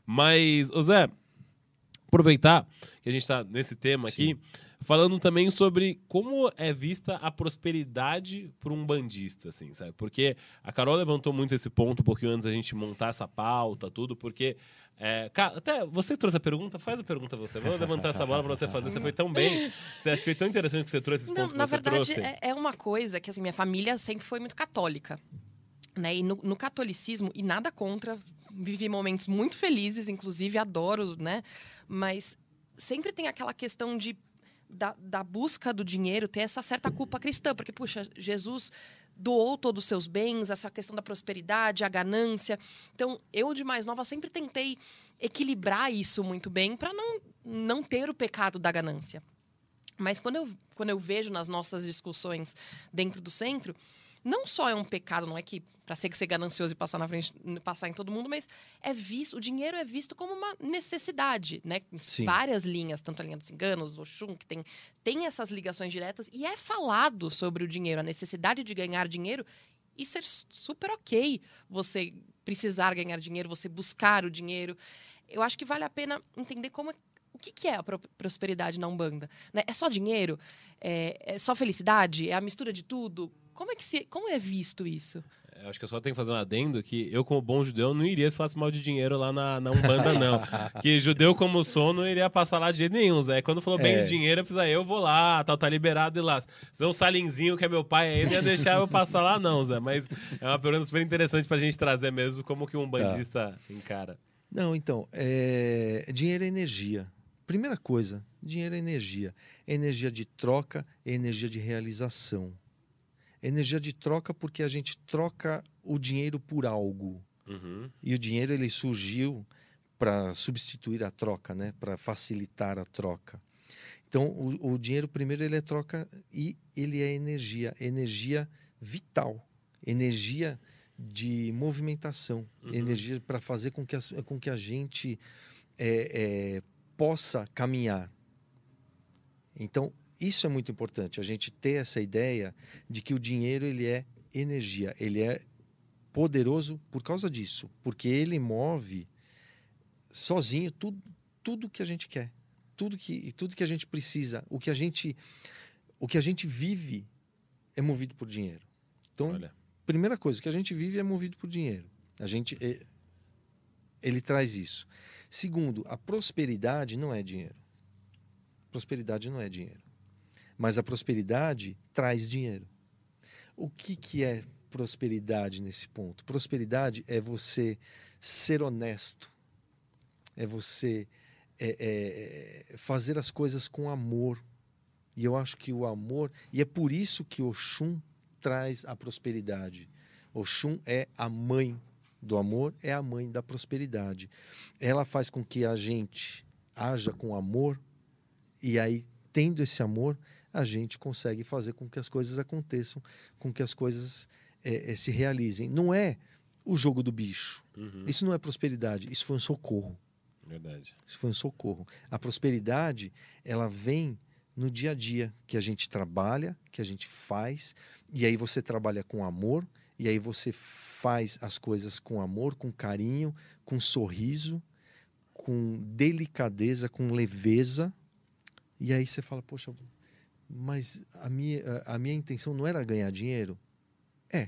Mas, ô Zé, aproveitar que a gente está nesse tema Sim. aqui, falando também sobre como é vista a prosperidade para um bandista, assim, sabe? Porque a Carol levantou muito esse ponto um pouquinho antes da gente montar essa pauta, tudo, porque... É, cara, até você trouxe a pergunta, faz a pergunta você. Vou levantar essa bola para você fazer. Você foi tão bem. Você acha que foi tão interessante que você trouxe esse ponto Não, que na você verdade, trouxe? É, é uma coisa que, assim, minha família sempre foi muito católica. Né? E no, no catolicismo, e nada contra, vivi momentos muito felizes, inclusive, adoro, né? Mas sempre tem aquela questão de, da, da busca do dinheiro ter essa certa culpa cristã. Porque, puxa, Jesus... doou todos os seus bens, essa questão da prosperidade, a ganância. Então, eu, de mais nova, sempre tentei equilibrar isso muito bem para não, não ter o pecado da ganância. Mas quando eu, quando eu vejo nas nossas discussões dentro do centro, não só é um pecado, não é que para ser que ser ganancioso e passar na frente, passar em todo mundo, mas é visto, o dinheiro é visto como uma necessidade, né? Em várias linhas, tanto a linha dos enganos, o Oxum, que tem, tem essas ligações diretas, e é falado sobre o dinheiro, a necessidade de ganhar dinheiro, e ser super ok você precisar ganhar dinheiro, você buscar o dinheiro. Eu acho que vale a pena entender como o que, que é a prosperidade na Umbanda. Né? É só dinheiro? É, é só felicidade? É a mistura de tudo? Como é, que se, como é visto isso? Eu acho que eu só tenho que fazer um adendo que eu, como bom judeu, não iria se falasse mal de dinheiro lá na, na Umbanda, não. Que judeu como sou, não iria passar lá de jeito nenhum, Zé. Quando falou bem é. de dinheiro, eu fiz, aí eu vou lá, tal, tá liberado e lá. Senão o Salinzinho, que é meu pai, aí não ia deixar eu passar lá, não, Zé. Mas é uma pergunta super interessante pra gente trazer mesmo, como que um umbandista tá. encara. Não, então, é... dinheiro é energia. Primeira coisa, dinheiro é energia. É energia de troca, é energia de realização. Energia de troca porque a gente troca o dinheiro por algo. Uhum. E o dinheiro ele surgiu para substituir a troca, né? Para facilitar a troca. Então, o, o dinheiro, primeiro, ele é troca e ele é energia. Energia vital. Energia de movimentação. Uhum. Energia para fazer com que a, com que a gente é, é, possa caminhar. Então, isso é muito importante, a gente ter essa ideia de que o dinheiro ele é energia, ele é poderoso por causa disso, porque ele move sozinho tudo, tudo que a gente quer, tudo que, tudo que a gente precisa, o que a gente, o que a gente vive é movido por dinheiro. Então, Olha. primeira coisa, o que a gente vive é movido por dinheiro. A gente, ele traz isso. Segundo, a prosperidade não é dinheiro. Prosperidade não é dinheiro. Mas a prosperidade traz dinheiro. O que, que é prosperidade nesse ponto? Prosperidade é você ser honesto. É você é, é, fazer as coisas com amor. E eu acho que o amor... E é por isso que Oxum traz a prosperidade. Oxum é a mãe do amor, é a mãe da prosperidade. Ela faz com que a gente haja com amor, e aí, tendo esse amor, a gente consegue fazer com que as coisas aconteçam, com que as coisas é, é, se realizem. Não é o jogo do bicho. Uhum. Isso não é prosperidade, isso foi um socorro. Verdade. Isso foi um socorro. A prosperidade, ela vem no dia a dia, que a gente trabalha, que a gente faz, e aí você trabalha com amor, e aí você faz as coisas com amor, com carinho, com sorriso, com delicadeza, com leveza. E aí você fala, poxa, mas a minha, a minha intenção não era ganhar dinheiro? É.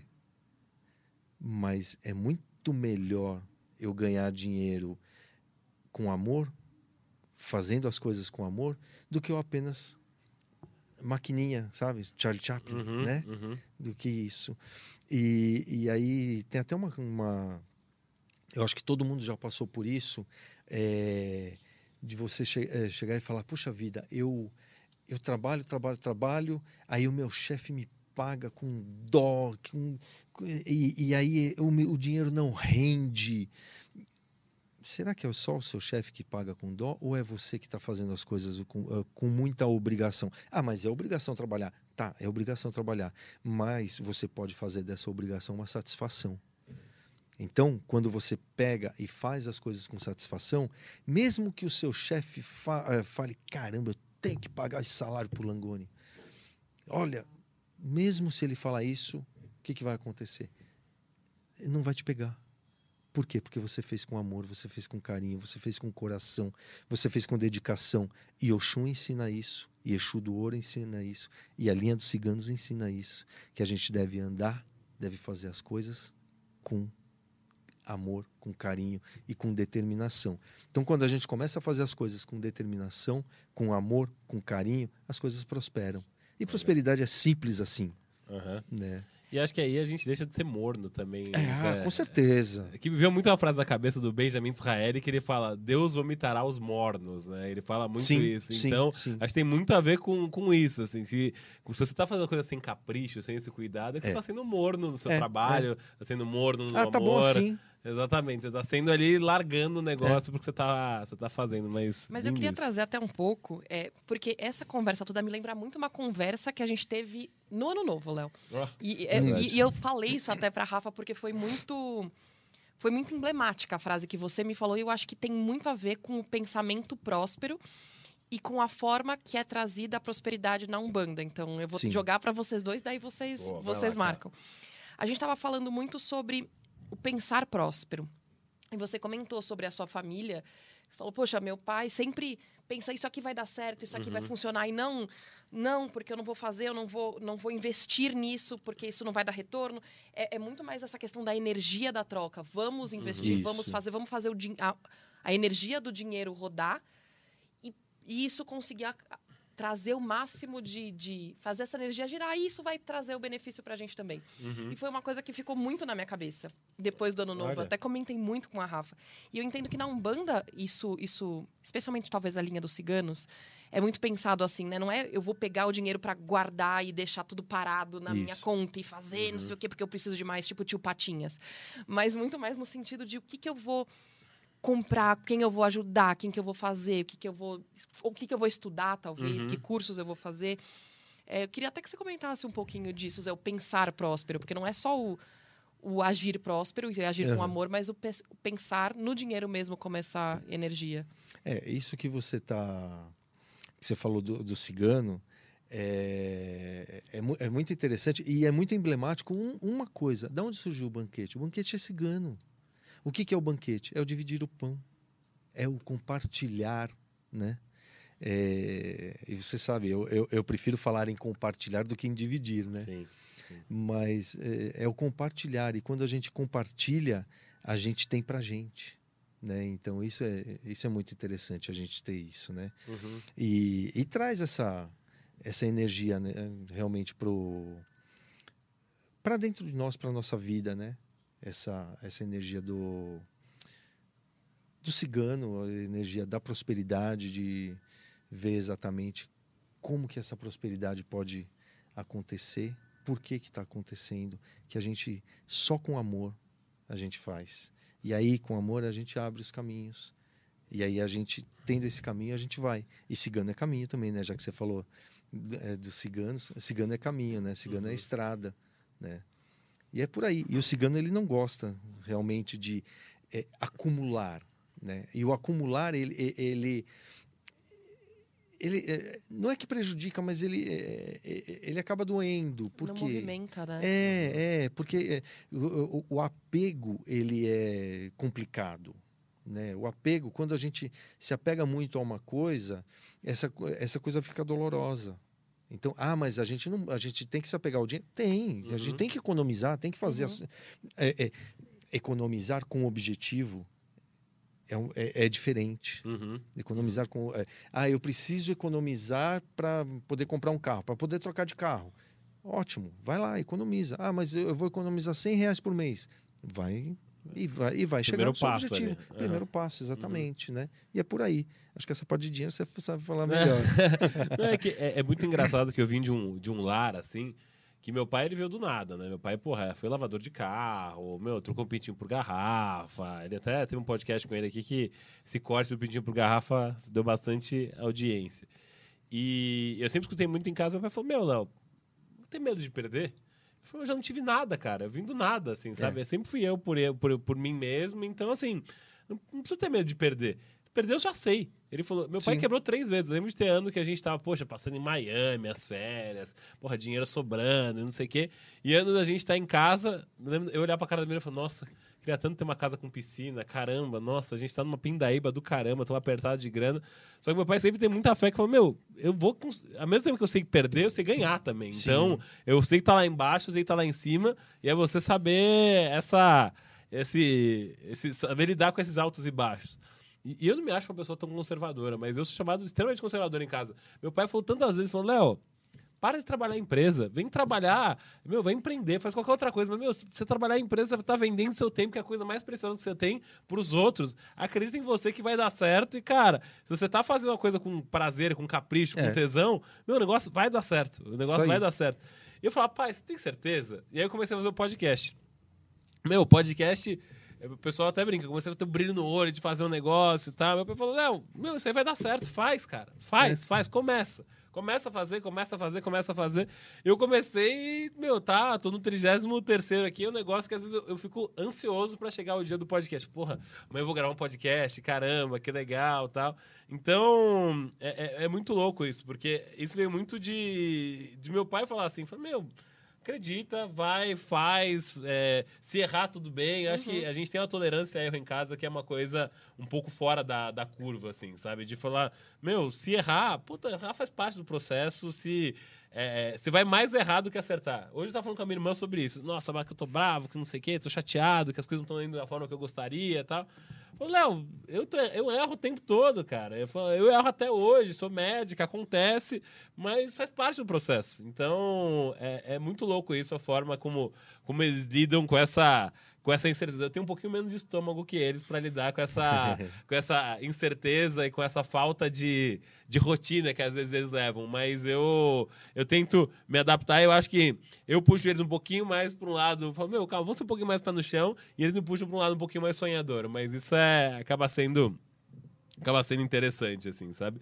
Mas é muito melhor eu ganhar dinheiro com amor, fazendo as coisas com amor, do que eu apenas maquininha, sabe? Charlie Chaplin, uhum, né? Uhum. Do que isso. E, e aí tem até uma, uma... Eu acho que todo mundo já passou por isso, é, de você che é, chegar e falar, puxa vida, eu, eu trabalho, trabalho, trabalho, aí o meu chefe me paga com dó, com, e, e aí o, o dinheiro não rende. Será que é só o seu chefe que paga com dó, ou é você que está fazendo as coisas com, com muita obrigação? Ah, mas é obrigação trabalhar. Tá, é obrigação trabalhar. Mas você pode fazer dessa obrigação uma satisfação. Então, quando você pega e faz as coisas com satisfação, mesmo que o seu chefe fa fale, caramba, eu tenho que pagar esse salário para o Langoni. Olha, mesmo se ele falar isso, o que, que vai acontecer? Ele não vai te pegar. Por quê? Porque você fez com amor, você fez com carinho, você fez com coração, você fez com dedicação. E Oxum ensina isso, e Exu do Ouro ensina isso, e a linha dos ciganos ensina isso, que a gente deve andar, deve fazer as coisas com amor, com carinho e com determinação. Então, quando a gente começa a fazer as coisas com determinação, com amor, com carinho, as coisas prosperam. E prosperidade é simples assim, uhum. né? E acho que aí a gente deixa de ser morno também. É, é, com certeza. Que me veio muito uma frase da cabeça do Benjamin Disraeli, que ele fala, Deus vomitará os mornos, né? Ele fala muito sim, isso. Sim, então, sim. acho que tem muito a ver com, com isso, assim. Se, se você tá fazendo coisa sem capricho, sem esse cuidado, é que é. você tá sendo morno no seu é, trabalho, é. tá sendo morno no ah, amor. Tá bom assim. Exatamente, você tá sendo ali largando o negócio é. porque você tá, você tá fazendo, mas... Mas eu queria isso. trazer até um pouco, é, porque essa conversa toda me lembra muito uma conversa que a gente teve no Ano Novo, Léo. Oh, e, é, e, e eu falei isso até pra Rafa porque foi muito... Foi muito emblemática a frase que você me falou, e eu acho que tem muito a ver com o pensamento próspero e com a forma que é trazida a prosperidade na Umbanda. Então, eu vou Sim. jogar para vocês dois, daí vocês, Boa, vocês lá, marcam. Cara. A gente estava falando muito sobre o pensar próspero. E você comentou sobre a sua família. Você falou, poxa, meu pai sempre pensa, isso aqui vai dar certo, isso aqui uhum. vai funcionar. E não, não, porque eu não vou fazer, eu não vou, não vou investir nisso, porque isso não vai dar retorno. É, é muito mais essa questão da energia da troca. Vamos investir, isso. vamos fazer, vamos fazer o, a, a energia do dinheiro rodar e, e isso conseguir a, a, trazer o máximo de, de fazer essa energia girar, e isso vai trazer o benefício pra gente também. Uhum. E foi uma coisa que ficou muito na minha cabeça depois do Ano Novo. Olha. Até comentei muito com a Rafa. E eu entendo que na Umbanda, isso, isso, especialmente talvez a linha dos ciganos, é muito pensado assim, né? Não é eu vou pegar o dinheiro pra guardar e deixar tudo parado na isso. minha conta e fazer uhum. não sei o quê, porque eu preciso de mais, tipo tio Patinhas. Mas muito mais no sentido de o que, que eu vou comprar, quem eu vou ajudar, quem que eu vou fazer, o que que eu vou, o que que eu vou estudar, talvez, uhum. que cursos eu vou fazer. É, eu queria até que você comentasse um pouquinho disso, Zé, o pensar próspero, porque não é só o, o agir próspero e agir uhum. com amor, mas o, pe o pensar no dinheiro mesmo como essa energia. É, isso que você tá, que você falou do, do cigano, é, é, é muito interessante e é muito emblemático um, uma coisa. Da onde surgiu o banquete? O banquete é cigano. O que, que é o banquete? É o dividir o pão, é o compartilhar, né? É, e você sabe, eu, eu, eu prefiro falar em compartilhar do que em dividir, né? Sim, sim. Mas é, é o compartilhar, e quando a gente compartilha, a gente tem pra gente. Né? Então, isso é, isso é muito interessante, a gente ter isso. Né? Uhum. E, e traz essa, essa energia, né? Realmente para dentro de nós, para a nossa vida. Né? Essa, essa energia do, do cigano, a energia da prosperidade, de ver exatamente como que essa prosperidade pode acontecer, por que que está acontecendo, que a gente, só com amor, a gente faz. E aí, com amor, a gente abre os caminhos. E aí, a gente, tendo esse caminho, a gente vai. E cigano é caminho também, né? Já que você falou é, dos ciganos, cigano é caminho, né? Cigano uhum. é estrada, né? E é por aí. E o cigano, ele não gosta realmente de é, acumular, né? E o acumular, ele... ele Ele é, não é que prejudica, mas ele, é, é, ele acaba doendo. Porque, não movimenta, né? É, é porque é, o, o apego, ele é complicado. Né? O apego, quando a gente se apega muito a uma coisa, essa, essa coisa fica dolorosa. Então, ah, mas a gente, não, a gente tem que se apegar ao dinheiro? Tem. Uhum. A gente tem que economizar, tem que fazer... Uhum. A, é, é, economizar com objetivo. É, um, é, é diferente. Uhum. Economizar com... É, ah, eu preciso economizar para poder comprar um carro, para poder trocar de carro. Ótimo, vai lá, economiza. Ah, mas eu, eu vou economizar cem reais por mês. Vai e vai, e vai chegar no seu objetivo. Ali. Primeiro uhum. passo, exatamente. Uhum. Né? E é por aí. Acho que essa parte de dinheiro você sabe falar melhor. Não, é, que é, é muito engraçado que eu vim de um, de um lar, assim... Que meu pai, ele veio do nada, né? Meu pai, porra, foi lavador de carro, meu, trocou um pintinho por garrafa. Ele até teve um podcast com ele aqui que esse corte do pintinho por garrafa deu bastante audiência. E eu sempre escutei muito em casa, meu pai falou, meu, Léo, não tem medo de perder? Eu falei, eu já não tive nada, cara, eu vim do nada, assim, sabe? É. Sempre fui eu por, eu por, por mim mesmo, então, assim, não, não preciso ter medo de perder. Perder eu já sei. Ele falou, meu pai Sim. quebrou três vezes. Eu lembro de ter ano que a gente tava, poxa, passando em Miami, as férias, porra, dinheiro sobrando, não sei o quê. E ano da gente tá em casa, eu olhar pra cara da minha e falar, nossa, queria tanto ter uma casa com piscina, caramba, nossa, a gente tá numa pindaíba do caramba, tão apertado de grana. Só que meu pai sempre tem muita fé que falou, meu, eu vou, cons... ao mesmo tempo que eu sei perder, eu sei ganhar também. Sim. Então, eu sei que tá lá embaixo, eu sei que tá lá em cima, e é você saber essa, esse, esse, saber lidar com esses altos e baixos. E eu não me acho uma pessoa tão conservadora, mas eu sou chamado extremamente conservador em casa. Meu pai falou tantas vezes, falou, Léo, para de trabalhar em empresa, vem trabalhar, meu, vai empreender, faz qualquer outra coisa. Mas, meu, se você trabalhar em empresa, você tá vendendo seu tempo, que é a coisa mais preciosa que você tem, pros outros. Acredita em você que vai dar certo. E, cara, se você tá fazendo uma coisa com prazer, com capricho, com é. tesão, meu, o negócio vai dar certo. O negócio vai dar certo. E eu falava, pai, você tem certeza? E aí eu comecei a fazer o podcast. Meu, o podcast... O pessoal até brinca, comecei a ter um brilho no olho de fazer um negócio e tal. Meu pai falou, Léo, meu, isso aí vai dar certo, faz, cara. Faz, é. faz, começa. Começa a fazer, começa a fazer, começa a fazer. Eu comecei e, meu, tá, tô no trigésimo terceiro aqui, é um negócio que às vezes eu, eu fico ansioso pra chegar o dia do podcast. Porra, amanhã eu vou gravar um podcast, caramba, que legal e tal. Então, é, é, é muito louco isso, porque isso veio muito de, de meu pai falar assim, falou, meu... Acredita, vai, faz, é, se errar tudo bem. Eu acho uhum. que a gente tem uma tolerância a erro em casa que é uma coisa um pouco fora da, da curva, assim, sabe? De falar, meu, se errar, puta, errar faz parte do processo, se, é, se vai mais errado que acertar. Hoje eu tava falando com a minha irmã sobre isso. Nossa, mas que eu tô bravo, que não sei o quê, tô chateado, que as coisas não estão indo da forma que eu gostaria e tal. Falei, Léo, eu, eu erro o tempo todo, cara. Eu, falo, eu erro até hoje, sou médica, acontece, mas faz parte do processo. Então, é, é muito louco isso, a forma como, como eles lidam com essa, com essa incerteza. Eu tenho um pouquinho menos de estômago que eles para lidar com essa, com essa incerteza e com essa falta de, de rotina que às vezes eles levam. Mas eu, eu tento me adaptar. Eu acho que eu puxo eles um pouquinho mais para um lado. Falo, meu, calma, vamos ser um pouquinho mais pé no chão. E eles me puxam para um lado um pouquinho mais sonhador. Mas isso é, acaba sendo... Acaba sendo interessante, assim, sabe?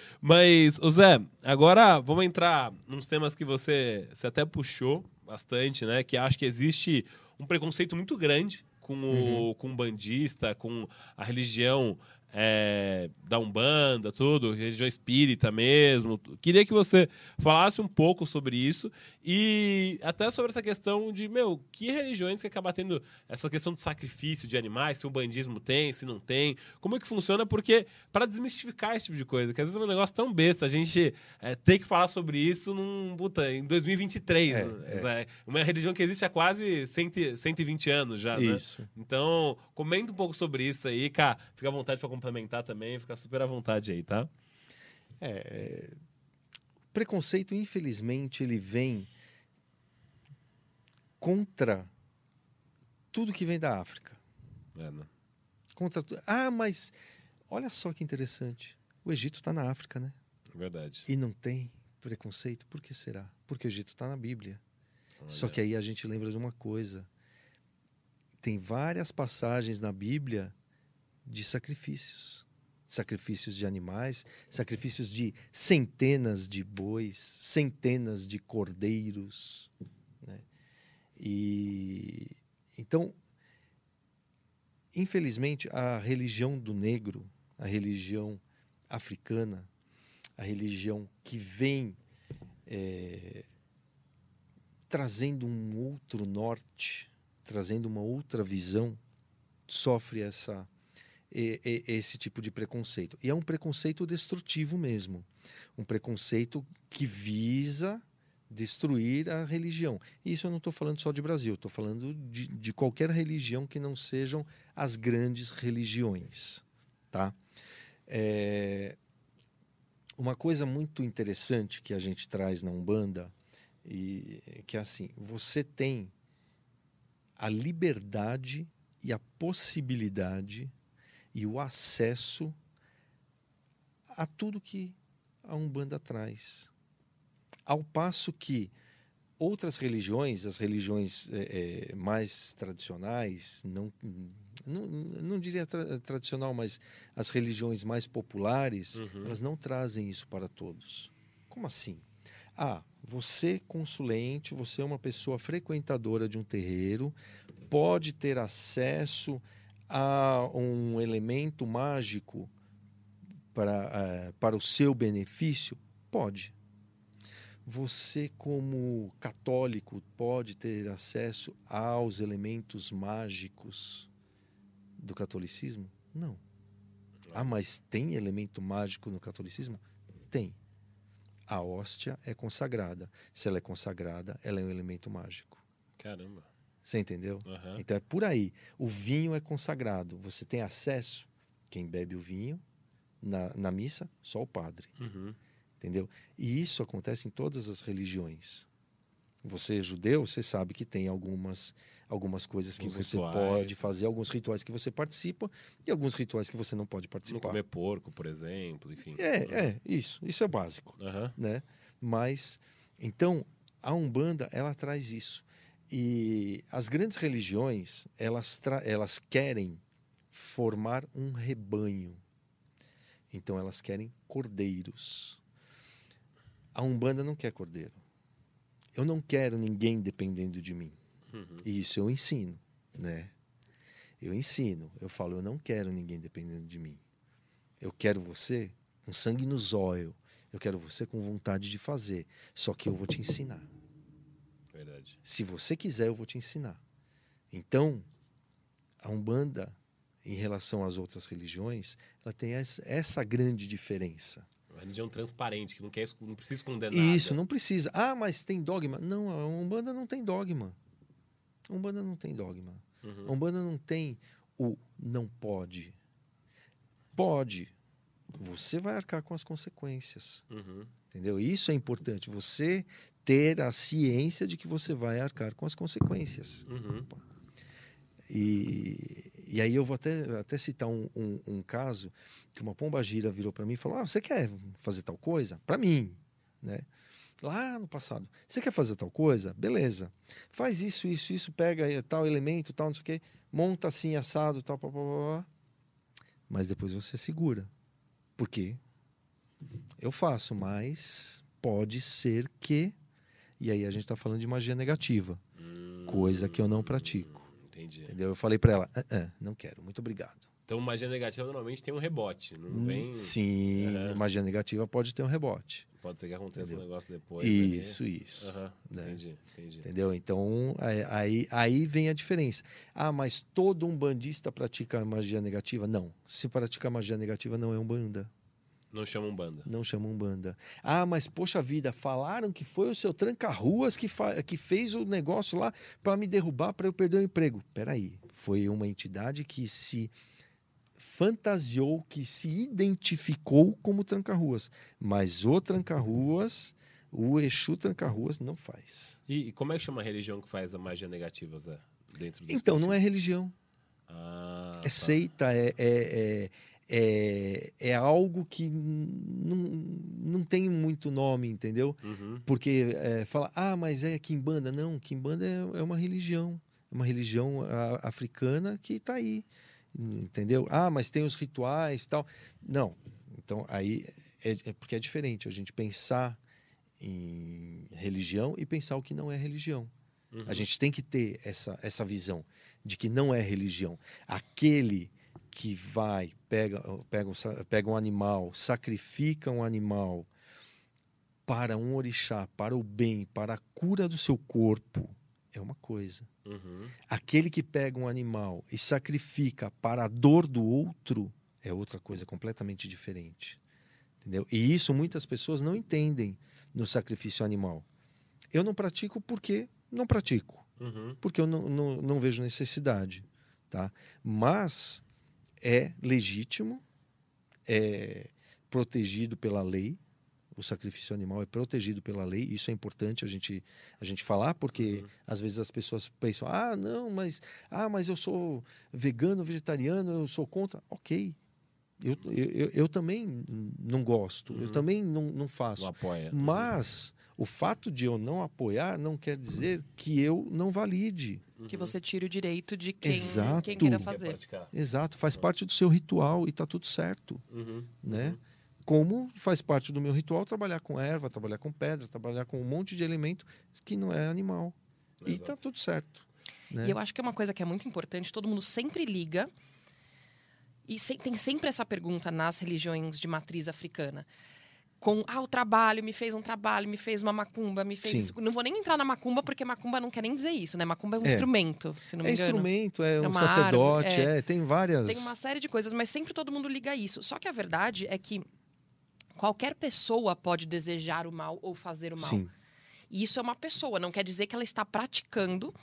Mas, ô Zé, agora vamos entrar nos temas que você, você até puxou bastante, né? Que acho que existe um preconceito muito grande com o, uhum. com o bandista, com a religião é, da Umbanda, tudo, religião espírita mesmo. Queria que você falasse um pouco sobre isso e até sobre essa questão de, meu, que religiões que acaba tendo essa questão de sacrifício de animais, se o bandismo tem, se não tem, como é que funciona, porque para desmistificar esse tipo de coisa, que às vezes é um negócio tão besta, a gente é, tem que falar sobre isso num, puta, em dois mil e vinte e três, É, né? É. Uma religião que existe há quase cento e vinte anos já, né? Isso. Então, comenta um pouco sobre isso aí, cara. Fica à vontade para complementar também, fica super à vontade aí, tá? É, preconceito, infelizmente, ele vem contra tudo que vem da África. É, né? Contra tu... Ah, mas olha só que interessante. O Egito está na África, né? Verdade. E não tem preconceito. Por que será? Porque o Egito está na Bíblia. Olha. Só que aí a gente lembra de uma coisa. Tem várias passagens na Bíblia de sacrifícios. Sacrifícios de animais, sacrifícios de centenas de bois, centenas de cordeiros, né? E então, infelizmente, a religião do negro, a religião africana, a religião que vem é, trazendo um outro norte, trazendo uma outra visão, sofre essa esse tipo de preconceito. E é um preconceito destrutivo mesmo. Um preconceito que visa destruir a religião. E isso eu não estou falando só de Brasil, estou falando de, de qualquer religião que não sejam as grandes religiões. Tá? É... Uma coisa muito interessante que a gente traz na Umbanda, e que é assim, você tem a liberdade e a possibilidade e o acesso a tudo que a Umbanda traz. Ao passo que outras religiões, as religiões é, é, mais tradicionais, não, não, não diria tra tradicional, mas as religiões mais populares, uhum. elas não trazem isso para todos. Como assim? Ah, você consulente, você é uma pessoa frequentadora de um terreiro, pode ter acesso a um elemento mágico para, uh, para o seu benefício? Pode. Você, como católico, pode ter acesso aos elementos mágicos do catolicismo? Não. Ah, mas tem elemento mágico no catolicismo? Tem. A hóstia é consagrada. Se ela é consagrada, ela é um elemento mágico. Caramba. Você entendeu? Uhum. Então é por aí. O vinho é consagrado. Você tem acesso. Quem bebe o vinho na, na missa, só o padre. Uhum. Entendeu? E isso acontece em todas as religiões. Você é judeu, você sabe que tem algumas, algumas coisas que alguns você rituais. pode fazer, alguns rituais que você participa e alguns rituais que você não pode participar. Não comer porco, por exemplo, enfim. É, é, isso. Isso é básico. Uhum. Né? Mas, então, a Umbanda, ela traz isso. E as grandes religiões, elas, elas querem formar um rebanho. Então, elas querem cordeiros. A Umbanda não quer cordeiro. Eu não quero ninguém dependendo de mim. Uhum. E isso eu ensino, né? Eu ensino. Eu falo, eu não quero ninguém dependendo de mim. Eu quero você com sangue nos olhos. Eu quero você com vontade de fazer. Só que eu vou te ensinar. Verdade. Se você quiser, eu vou te ensinar. Então, a Umbanda, em relação às outras religiões, ela tem essa grande diferença. Uma religião transparente, que não, quer, não precisa esconder nada. Isso, não precisa. Ah, mas tem dogma. Não, a Umbanda não tem dogma. A Umbanda não tem dogma. Uhum. A Umbanda não tem o não pode. Pode. Você vai arcar com as consequências. Uhum. Entendeu? Isso é importante. Você ter a ciência de que você vai arcar com as consequências. Uhum. E, e aí eu vou até, até citar um, um, um caso que uma pombagira virou para mim e falou: ah, você quer fazer tal coisa? Para mim, né? Lá no passado. Você quer fazer tal coisa? Beleza. Faz isso, isso, isso, pega tal elemento, tal, não sei o quê, monta assim, assado, tal, pá, pá, pá, pá. Mas depois você segura. Por quê? Eu faço, mas pode ser que... E aí a gente está falando de magia negativa. Hum, coisa que eu não pratico. Entendi. Entendeu? Eu falei para ela, ah, ah, não quero, muito obrigado. Então, magia negativa normalmente tem um rebote, não Hum, vem... Sim, Uhum. magia negativa pode ter um rebote. Pode ser que aconteça Entendeu? um negócio depois. Isso, ali. isso. Aham, né? entendi, entendi. Entendeu? Então, aí, aí, aí vem a diferença. Ah, mas todo um bandista pratica magia negativa? Não. Se pratica magia negativa, não é umbanda. Não chama um banda. Não chama umbanda. Ah, mas poxa vida, falaram que foi o seu tranca-ruas que, fa que fez o negócio lá para me derrubar, para eu perder o emprego. Peraí, foi uma entidade que se fantasiou, que se identificou como tranca-ruas. Mas o tranca-ruas, o Exu tranca-ruas não faz. E, e como é que chama a religião que faz a magia negativa, Zé? Dentro do Então, não é religião. Ah, É tá. seita, é, é, é, é, é algo que não, não tem muito nome, entendeu? Uhum. Porque é, fala, ah, mas é Quimbanda. Não, Quimbanda é, é uma religião. É uma religião a, africana que está aí. Entendeu? Ah, mas tem os rituais e tal. Não. Então, aí é, é porque é diferente a gente pensar em religião e pensar o que não é religião. Uhum. A gente tem que ter essa, essa visão de que não é religião. Aquele que vai, pega, pega, um, pega um animal, sacrifica um animal para um orixá, para o bem, para a cura do seu corpo, é uma coisa. Uhum. Aquele que pega um animal e sacrifica para a dor do outro é outra coisa completamente diferente. Entendeu? E isso muitas pessoas não entendem no sacrifício animal. Eu não pratico porque não pratico. Uhum. Porque eu não, não, não vejo necessidade. Tá? Mas é legítimo, é protegido pela lei. O sacrifício animal é protegido pela lei. Isso é importante a gente, a gente falar, porque uhum. às vezes as pessoas pensam, ah, não, mas, ah, mas eu sou vegano, vegetariano, eu sou contra. Ok. Eu, eu, eu também não gosto, uhum. eu também não, não faço. Não apoia. Mas uhum. o fato de eu não apoiar não quer dizer que eu não valide. Que você tire o direito de quem, Exato. quem queira fazer. Exato, faz uhum. parte do seu ritual e está tudo certo. Uhum. Né? Uhum. Como faz parte do meu ritual trabalhar com erva, trabalhar com pedra, trabalhar com um monte de elemento que não é animal. Exato. E está tudo certo. Né? E eu acho que é uma coisa que é muito importante, todo mundo sempre liga. E se, tem sempre essa pergunta nas religiões de matriz africana. Com, ah, o trabalho, me fez um trabalho, me fez uma macumba, me fez... Isso. Não vou nem entrar na macumba, porque macumba não quer nem dizer isso, né? Macumba é um é. instrumento, se não me é engano. É instrumento, é um é sacerdote, árvore, é. é, tem várias... Tem uma série de coisas, mas sempre todo mundo liga isso. Só que a verdade é que qualquer pessoa pode desejar o mal ou fazer o mal. Sim. E isso é uma pessoa, não quer dizer que ela está praticando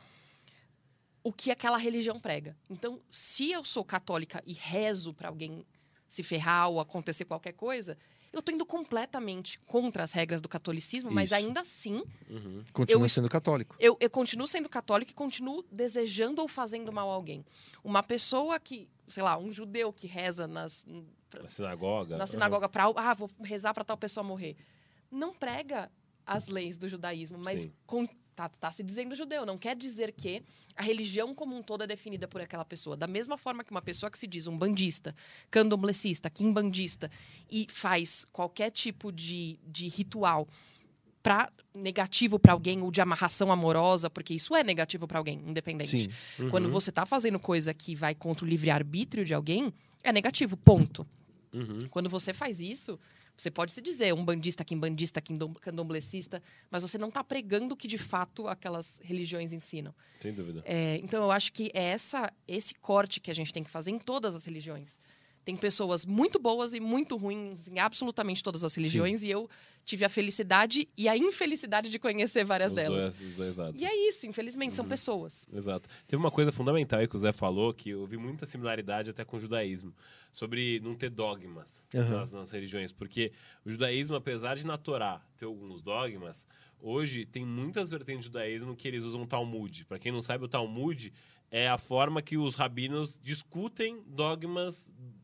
o que aquela religião prega. Então, se eu sou católica e rezo para alguém se ferrar ou acontecer qualquer coisa, eu estou indo completamente contra as regras do catolicismo, Isso. mas ainda assim... Uhum. Continua eu, sendo católico. Eu, eu continuo sendo católico e continuo desejando ou fazendo mal a alguém. Uma pessoa que, sei lá, um judeu que reza nas... Na sinagoga. Na sinagoga uhum. para... Ah, vou rezar para tal pessoa morrer. Não prega as leis do judaísmo, mas... Tá, tá se dizendo judeu, não quer dizer que a religião como um todo é definida por aquela pessoa. Da mesma forma que uma pessoa que se diz um bandista, candomblessista, quimbandista e faz qualquer tipo de, de ritual pra, negativo para alguém ou de amarração amorosa, porque isso é negativo para alguém, independente. Sim. Uhum. Quando você tá fazendo coisa que vai contra o livre-arbítrio de alguém, é negativo, ponto. Uhum. Quando você faz isso... Você pode se dizer um bandista, quimbandista, candomblessista, mas você não está pregando o que, de fato, aquelas religiões ensinam. Sem dúvida. É, então, eu acho que é essa, esse corte que a gente tem que fazer em todas as religiões. Tem pessoas muito boas e muito ruins em absolutamente todas as religiões. Sim. E eu tive a felicidade e a infelicidade de conhecer várias os delas. Dois, os dois lados. E é isso, infelizmente, uhum. são pessoas. Exato. Teve uma coisa fundamental aí que o Zé falou, que eu vi muita similaridade até com o judaísmo, sobre não ter dogmas uhum. nas, nas religiões. Porque o judaísmo, apesar de na Torá ter alguns dogmas, hoje tem muitas vertentes do judaísmo que eles usam o Talmud. Para quem não sabe, o Talmud é a forma que os rabinos discutem dogmas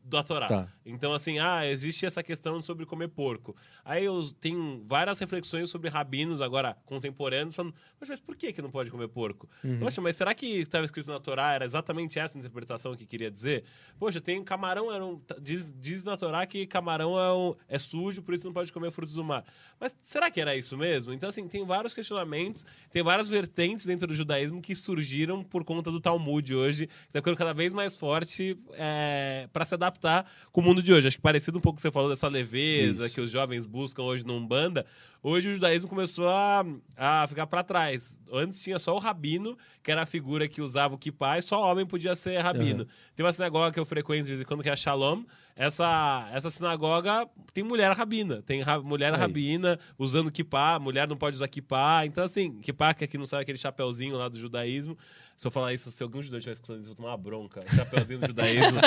da Torá. Tá. Então, assim, ah, existe essa questão sobre comer porco. Aí eu, tem várias reflexões sobre rabinos agora contemporâneos falando, Poxa, mas por que que não pode comer porco? Uhum. Poxa, mas será que estava escrito na Torá era exatamente essa interpretação que queria dizer? Poxa, tem camarão, era um, diz, diz na Torá que camarão é, um, é sujo, por isso não pode comer frutos do mar. Mas será que era isso mesmo? Então, assim, tem vários questionamentos, tem várias vertentes dentro do judaísmo que surgiram por conta do Talmud hoje, que está ficando cada vez mais forte é, para se adaptar com o mundo de hoje. Acho que parecido um pouco que você falou dessa leveza Isso. que os jovens buscam hoje no Umbanda, hoje o judaísmo começou a, a ficar para trás. Antes tinha só o rabino, que era a figura que usava o kippah, e só homem podia ser rabino. Uhum. Tem uma sinagoga que eu frequento de vez em quando, que é a Shalom. Essa, essa sinagoga tem mulher rabina. Tem ra, mulher Aí. rabina usando kippah, mulher não pode usar kippah. Então, assim, kippah, que aqui não sabe aquele chapeuzinho lá do judaísmo. Se eu falar isso, se algum judeu estiver escutando isso, eu vou tomar uma bronca. Chapeuzinho do judaísmo.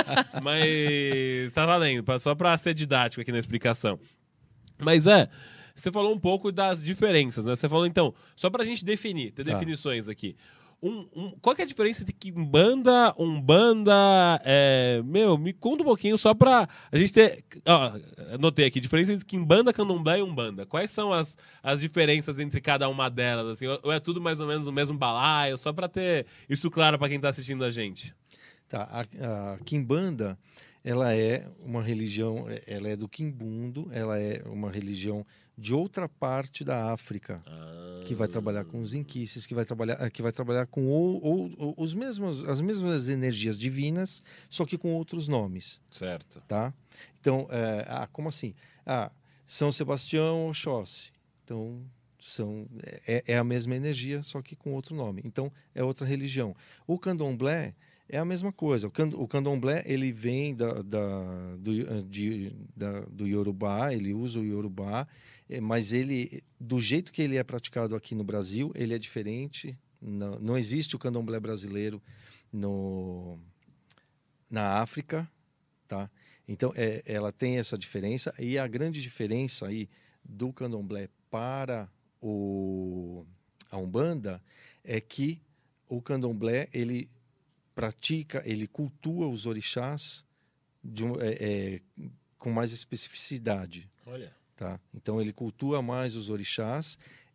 Mas tá valendo, só para ser didático aqui na explicação. Mas é... Você falou um pouco das diferenças, né? Você falou, então, só pra gente definir, ter tá. definições aqui. Um, um, qual que é a diferença entre Quimbanda, Umbanda? É, meu, me conta um pouquinho só pra a gente ter... Ó, anotei aqui, diferença entre Quimbanda, Candomblé e Umbanda. Quais são as, as diferenças entre cada uma delas? Assim? Ou é tudo mais ou menos o mesmo balaio? Só pra ter isso claro pra quem tá assistindo a gente. Tá, a, a Quimbanda, ela é uma religião, ela é do Quimbundo, ela é uma religião de outra parte da África, ah. que vai trabalhar com os inquices, que vai trabalhar, que vai trabalhar com ou, ou, os mesmos, as mesmas energias divinas, só que com outros nomes. Certo. Tá? Então, é, ah, como assim? Ah, São Sebastião, Oxóssi. Então, são, é, é a mesma energia, só que com outro nome. Então, é outra religião. O Candomblé é a mesma coisa. O, can, o candomblé, ele vem da, da, do, de, da, do Yorubá, ele usa o Yorubá, mas ele, do jeito que ele é praticado aqui no Brasil, ele é diferente. Não, não existe o candomblé brasileiro no, na África, tá? Então, é, ela tem essa diferença. E a grande diferença aí do candomblé para o, a Umbanda é que o candomblé, ele pratica, ele cultua os orixás de um, é, é, com mais especificidade. Olha. Tá? Então, ele cultua mais os orixás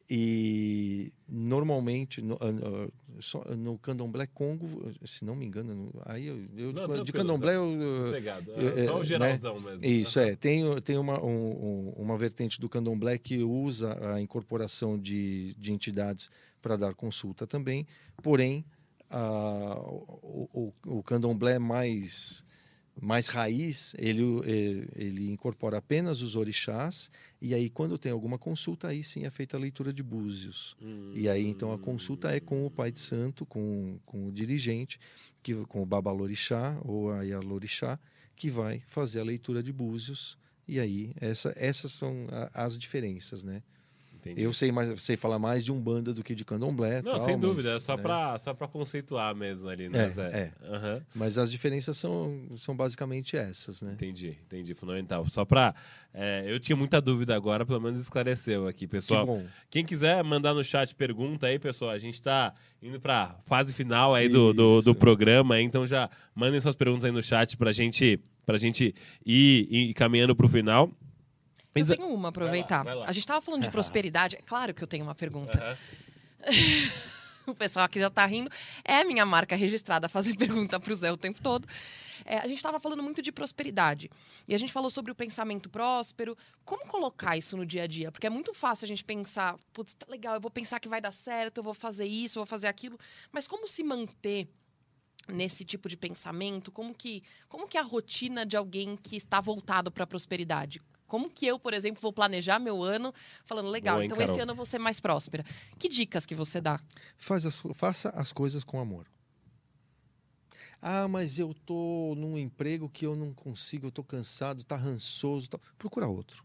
e, normalmente, no, no, no candomblé Congo, se não me engano, no, aí eu, eu não, de, de candomblé... Eu, sossegado. É, só o geralzão, né? mesmo. Isso, é. Tem, tem uma, um, uma vertente do candomblé que usa a incorporação de, de entidades para dar consulta também, porém, a, o, o, o candomblé mais... mais raiz, ele, ele incorpora apenas os orixás, e aí quando tem alguma consulta, aí sim é feita a leitura de búzios. Hum. E aí então a consulta é com o pai de santo, com, com o dirigente, que, com o babalorixá ou a ialorixá, que vai fazer a leitura de búzios, e aí essa, essas são a, as diferenças, né? Entendi. Eu sei, mais, sei falar mais de Umbanda do que de Candomblé. Não, tal, sem mas, dúvida, é só né? para só para conceituar mesmo ali, né, é, Zé? É. Uhum. Mas as diferenças são, são basicamente essas, né? Entendi, entendi, fundamental. Só para... É, eu tinha muita dúvida agora, pelo menos esclareceu aqui, pessoal. Que bom. Quem quiser mandar no chat pergunta aí, pessoal, a gente está indo para fase final aí do, do, do programa, então já mandem suas perguntas aí no chat para gente, a gente ir, ir caminhando para o final. Eu tenho uma, aproveitar. Vai lá, vai lá. A gente estava falando de prosperidade. É claro que eu tenho uma pergunta. Uhum. O pessoal aqui já está rindo. É minha marca registrada fazer pergunta para o Zé o tempo todo. É, a gente estava falando muito de prosperidade. E a gente falou sobre o pensamento próspero. Como colocar isso no dia a dia? Porque é muito fácil a gente pensar, putz, tá legal, eu vou pensar que vai dar certo, eu vou fazer isso, eu vou fazer aquilo. Mas como se manter nesse tipo de pensamento? Como que, como que é a rotina de alguém que está voltado para a prosperidade? Como que eu, por exemplo, vou planejar meu ano falando, legal, Boa, hein, então Carol? Esse ano eu vou ser mais próspera. Que dicas que você dá? Faz as, faça as coisas com amor. Ah, mas eu tô num emprego que eu não consigo, eu tô cansado, tá rançoso. Tá... Procura outro.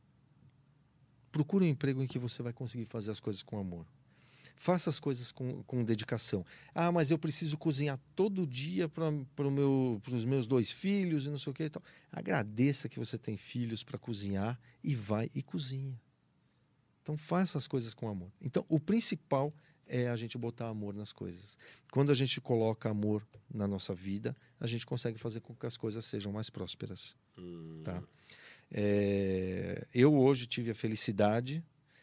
Procura um emprego em que você vai conseguir fazer as coisas com amor. Faça as coisas com, com dedicação. Ah, mas eu preciso cozinhar todo dia para meu, os meus dois filhos e não sei o que e tal. Agradeça que você tem filhos para cozinhar e vai e cozinha. Então, faça as coisas com amor. Então, o principal é a gente botar amor nas coisas. Quando a gente coloca amor na nossa vida, a gente consegue fazer com que as coisas sejam mais prósperas. Hum. Tá? É, eu hoje tive a felicidade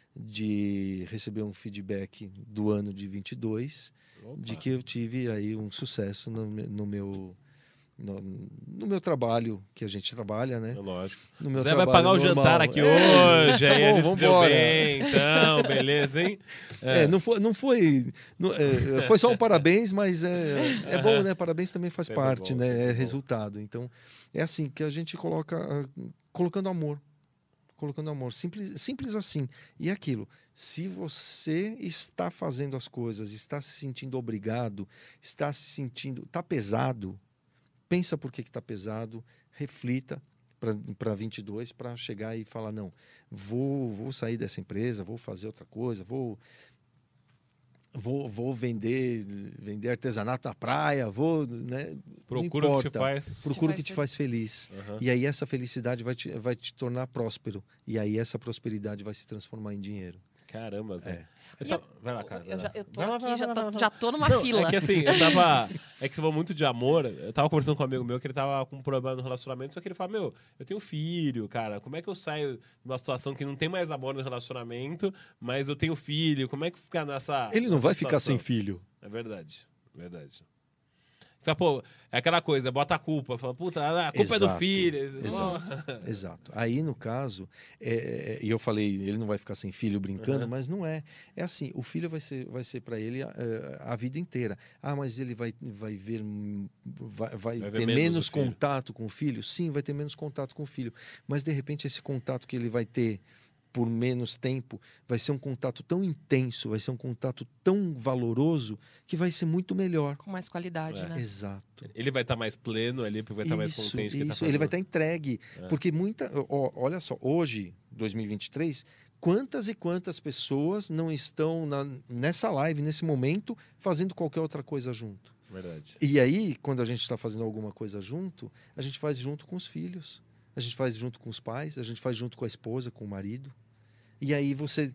de receber um feedback do ano de vinte e dois, Opa. de que eu tive aí um sucesso no, no meu... No, no meu trabalho, que a gente trabalha, né? É lógico. No meu Zé vai trabalho pagar o normal. jantar aqui É. hoje, aí a Bom, gente se deu vambora. bem, então, beleza, hein? É, não foi, não foi, não, é, foi só um parabéns, mas é, é bom, né? Parabéns também faz Sempre parte, bom, né? sempre É bom. resultado. Então, é assim que a gente coloca, ah, colocando amor, colocando amor, simples, simples assim. E é aquilo. Se você está fazendo as coisas, está se sentindo obrigado, está se sentindo, está pesado, pensa por que está pesado, reflita para vinte e dois, para chegar e falar, não, vou, vou sair dessa empresa, vou fazer outra coisa, vou, vou, vou vender, vender artesanato na praia, vou... Né, Procura o que te faz. Procura o Te que faz te faz feliz. Uhum. E aí essa felicidade vai te, vai te tornar próspero. E aí essa prosperidade vai se transformar em dinheiro. Caramba, Zé. É. Eu E ta- eu- Vai lá, cara. Eu, já, eu tô Vai lá, aqui, vai lá, já, vai tô, lá, vai lá. já tô numa Não, fila. É que assim, eu tava. É que você falou muito de amor. Eu tava conversando com um amigo meu que ele tava com um problema no relacionamento, só que ele fala: Meu, eu tenho filho, cara. Como é que eu saio de uma situação que não tem mais amor no relacionamento, mas eu tenho filho? Como é que fica nessa. Ele não nessa vai ficar situação? sem filho. É verdade, verdade. Fala, pô, é aquela coisa, bota a culpa. Fala, puta, a culpa é do Exato, filho. exato. Exato. Aí, no caso, é, e eu falei, ele não vai ficar sem filho brincando, Uhum. mas não é. É assim, o filho vai ser, vai ser para ele a, a vida inteira. Ah, mas ele vai, vai ver, vai, vai, Vai ver ter menos menos o filho. contato com o filho? Sim, vai ter menos contato com o filho. Mas, de repente, esse contato que ele vai ter por menos tempo, vai ser um contato tão intenso, vai ser um contato tão valoroso, que vai ser muito melhor. Com mais qualidade, É. né? Exato. Ele vai estar mais pleno ali, porque vai estar mais Isso, contente que ele tá isso. Ele vai fazendo. estar entregue. É. Porque muita. Ó, olha só, hoje, dois mil e vinte e três, quantas e quantas pessoas não estão na, nessa live, nesse momento, fazendo qualquer outra coisa junto? Verdade. E aí, quando a gente está fazendo alguma coisa junto, a gente faz junto com os filhos, a gente faz junto com os pais, a gente faz junto com a esposa, com o marido. E aí você...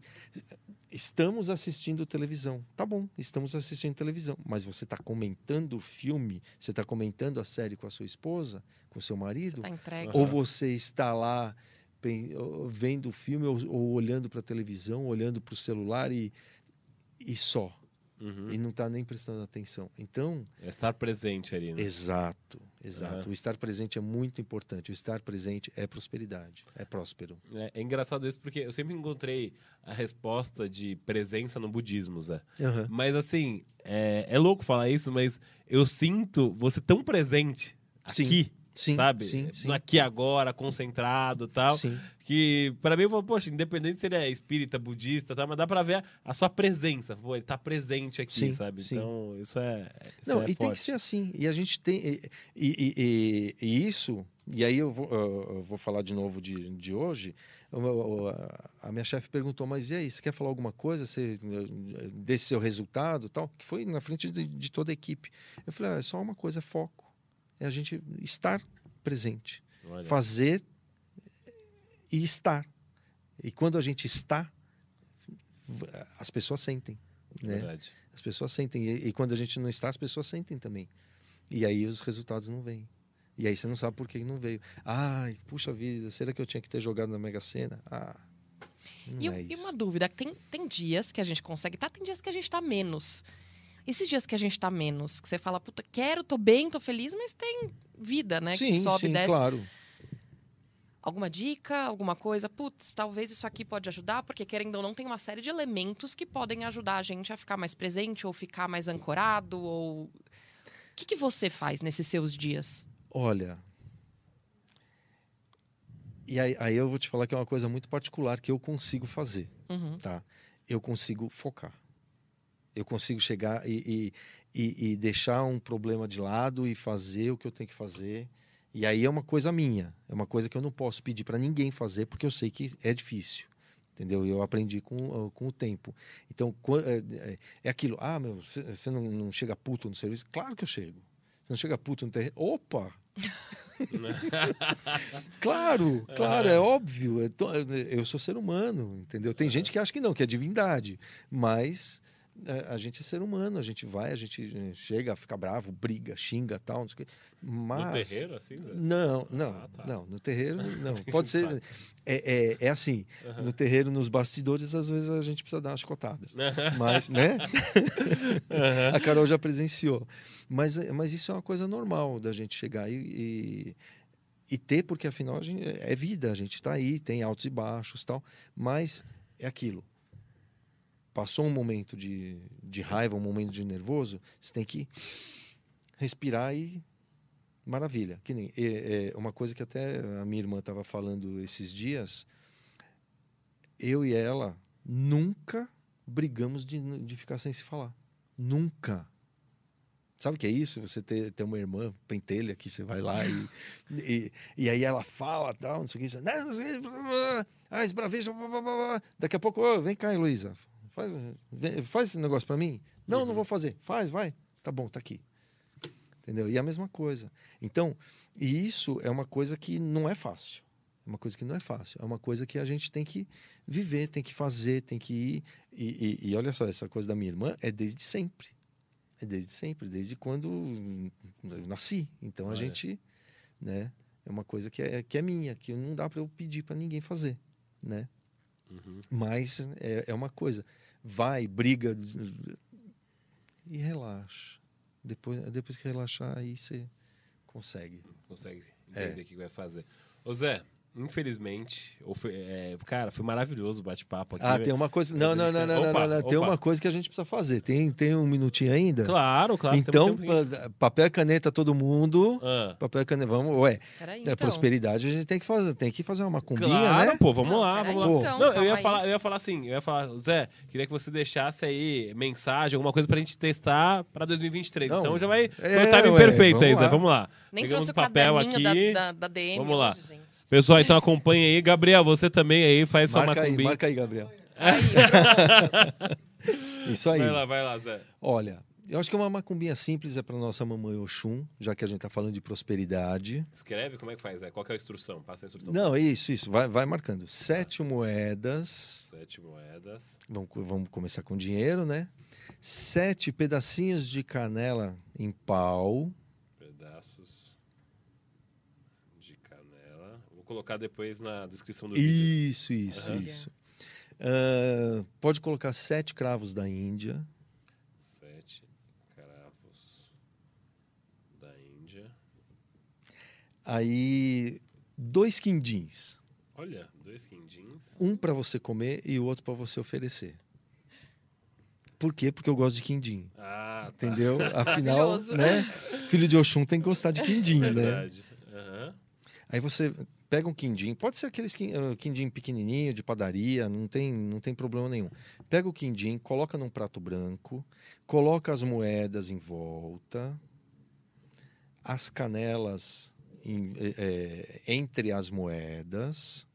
Estamos assistindo televisão. Tá bom, estamos assistindo televisão. Mas você está comentando o filme, você está comentando a série com a sua esposa, com o seu marido? Tá entregue. Ou você está lá pen- vendo o filme ou, ou olhando para a televisão, olhando para o celular e, e só. Uhum. E não está nem prestando atenção. Então... É estar presente ali, né? Exato, exato. Uhum. O estar presente é muito importante. O estar presente é prosperidade, é próspero. É, é engraçado isso porque eu sempre encontrei a resposta de presença no budismo, Zé. Uhum. Mas assim, é, é louco falar isso, mas eu sinto você tão presente Sim, aqui, sim, sabe? sim, sim. No aqui e agora, concentrado e tal. Sim. Que pra mim eu falo, poxa, independente se ele é espírita, budista, tá, mas dá pra ver a sua presença. Pô, ele tá presente aqui, Sim, sabe? sim. Então, isso é. Isso Não, é e tem forte. que ser assim. E a gente tem. E, e- e- e isso. E aí eu vou, eu vou falar de novo de, de hoje. Eu- A minha chefe perguntou, mas e aí, você quer falar alguma coisa você, desse seu resultado tal? Que foi na frente de, de toda a equipe. Eu falei, ah, é só uma coisa, é foco. É a gente estar presente. Olha. Fazer e estar. E quando a gente está, as pessoas sentem. É Né? verdade. As pessoas sentem. E, e quando a gente não está, as pessoas sentem também. E aí os resultados não vêm. E aí você não sabe por que não veio. Ai, puxa vida, será que eu tinha que ter jogado na Mega Sena? Ah, não E, é e isso. uma dúvida, tem, tem dias que a gente consegue, tá? Tem dias que a gente tá menos. Esses dias que a gente tá menos, que você fala, puta, quero, tô bem, tô feliz, mas tem vida, né? Sim, que sobe e sim, desce. claro. Alguma dica, alguma coisa? Putz, talvez isso aqui pode ajudar, porque querendo ou não, tem uma série de elementos que podem ajudar a gente a ficar mais presente ou ficar mais ancorado. Ou... O que, que você faz nesses seus dias? Olha, e aí, aí eu vou te falar que é uma coisa muito particular que eu consigo fazer, Uhum. tá? Eu consigo focar. Eu consigo chegar e, e, e, e deixar um problema de lado e fazer o que eu tenho que fazer. E aí é uma coisa minha, é uma coisa que eu não posso pedir para ninguém fazer, porque eu sei que é difícil. Entendeu? Eu aprendi com, com o tempo. Então, qu- é, é- é aquilo. Ah, meu, você não, não chega puto no serviço? Claro que eu chego. Você não chega puto no terreno? Opa! Claro, claro, é óbvio. Eu, tô- eu sou ser humano, entendeu? Tem gente que acha que não, que é divindade. Mas a, a gente é ser humano, a gente vai, a gente chega, fica bravo, briga, xinga, tal, não sei o quê. Mas No terreiro, assim, Zé? não, não, Ah, tá. não, no terreiro não. Tem Pode gente ser, é, é, é assim, Uhum. no terreiro, nos bastidores, às vezes a gente precisa dar uma chicotada. Mas, né? A Carol já presenciou. Mas, mas isso é uma coisa normal da gente chegar e, e, e ter, porque afinal a gente, é vida, a gente está aí, tem altos e baixos, tal. Mas é aquilo. Passou um momento de, de raiva, um momento de nervoso, você tem que respirar e maravilha. Que nem é, é uma coisa que até a minha irmã estava falando esses dias. Eu e ela nunca brigamos de, de ficar sem se falar. Nunca. Sabe o que é isso? Você ter, ter uma irmã pentelha que você vai lá e, e, e aí ela fala, tal, não sei o que. Você, não, não sei, blá, blá, blá, ah, esbraveja, blá, blá, blá, blá. Daqui a pouco, oh, vem cá, Heloísa, faz, vem, faz esse negócio para mim. Não, Uhum. não vou fazer. Faz, vai. Tá bom, tá aqui. Entendeu? E a mesma coisa. Então, e isso é uma coisa que não é fácil. É uma coisa que não é fácil. É uma coisa que a gente tem que viver, tem que fazer, tem que ir. E, e, e olha só, essa coisa da minha irmã é desde sempre. É desde sempre, desde quando eu nasci. Então a Olha. gente, né, é uma coisa que é, que é minha, que não dá para eu pedir para ninguém fazer, né? Uhum. Mas é, é uma coisa. Vai, briga e relaxa. Depois, depois que relaxar, aí você consegue. Consegue entender É. o que vai fazer. Ô Zé, infelizmente, ou foi, é, cara, foi maravilhoso o bate-papo aqui. Ah, tem uma coisa. Não, Mas a não, gente não, tem- não, não, Opa, não, não. Tem opa. uma coisa que a gente precisa fazer. Tem, tem um minutinho ainda? Claro, claro. Então, temos tempo. pa- papel e caneta, todo mundo. Ah, Papel e caneta, vamos. Ué, Peraí, é então. prosperidade, a gente tem que fazer, tem que fazer uma combinha, claro, né? pô, vamos Não, lá, peraí, vamos lá. então, Não, eu calma ia aí. falar, eu ia falar assim, eu ia falar, Zé, queria que você deixasse aí mensagem, alguma coisa pra gente testar pra dois mil e vinte e três. Não, Então já vai. é, Foi o timing ué, perfeito vamos aí, Zé. lá. Vamos lá. Nem Pegamos trouxe o papel caderninho aqui. da, da, da D M. Vamos lá. hoje, gente. Pessoal, então acompanha aí. Gabriel, você também aí, faz sua Marca aí, macumbinha. marca aí, Gabriel. Aí, Isso aí. Vai lá, vai lá, Zé. Olha, eu acho que uma macumbinha simples é para nossa mamãe Oxum, já que a gente tá falando de prosperidade. Escreve, como é que faz, Zé? Qual que é a instrução? Passa a instrução. Não, isso, isso. Vai, vai marcando. Sete moedas. Sete moedas. Vamos, vamos começar com dinheiro, né? Sete pedacinhos de canela em pau. Pedaços de canela. Vou colocar depois na descrição do vídeo. Isso, isso, Aham. isso. Ah, pode colocar sete cravos da Índia. Sete cravos da Índia. Aí, dois quindins. Olha, dois quindins. Um para você comer e o outro para você oferecer. Por quê? Porque eu gosto de quindim. Ah, tá. Entendeu? Afinal, Maravilhoso. né? Filho de Oxum tem que gostar de quindim, né? Verdade. Aham. Aí você pega um quindim, pode ser aqueles quin- ah, quindim pequenininho de padaria, não tem, não tem problema nenhum. Pega o quindim, coloca num prato branco, coloca as moedas em volta, as canelas em- eh, eh, entre as moedas.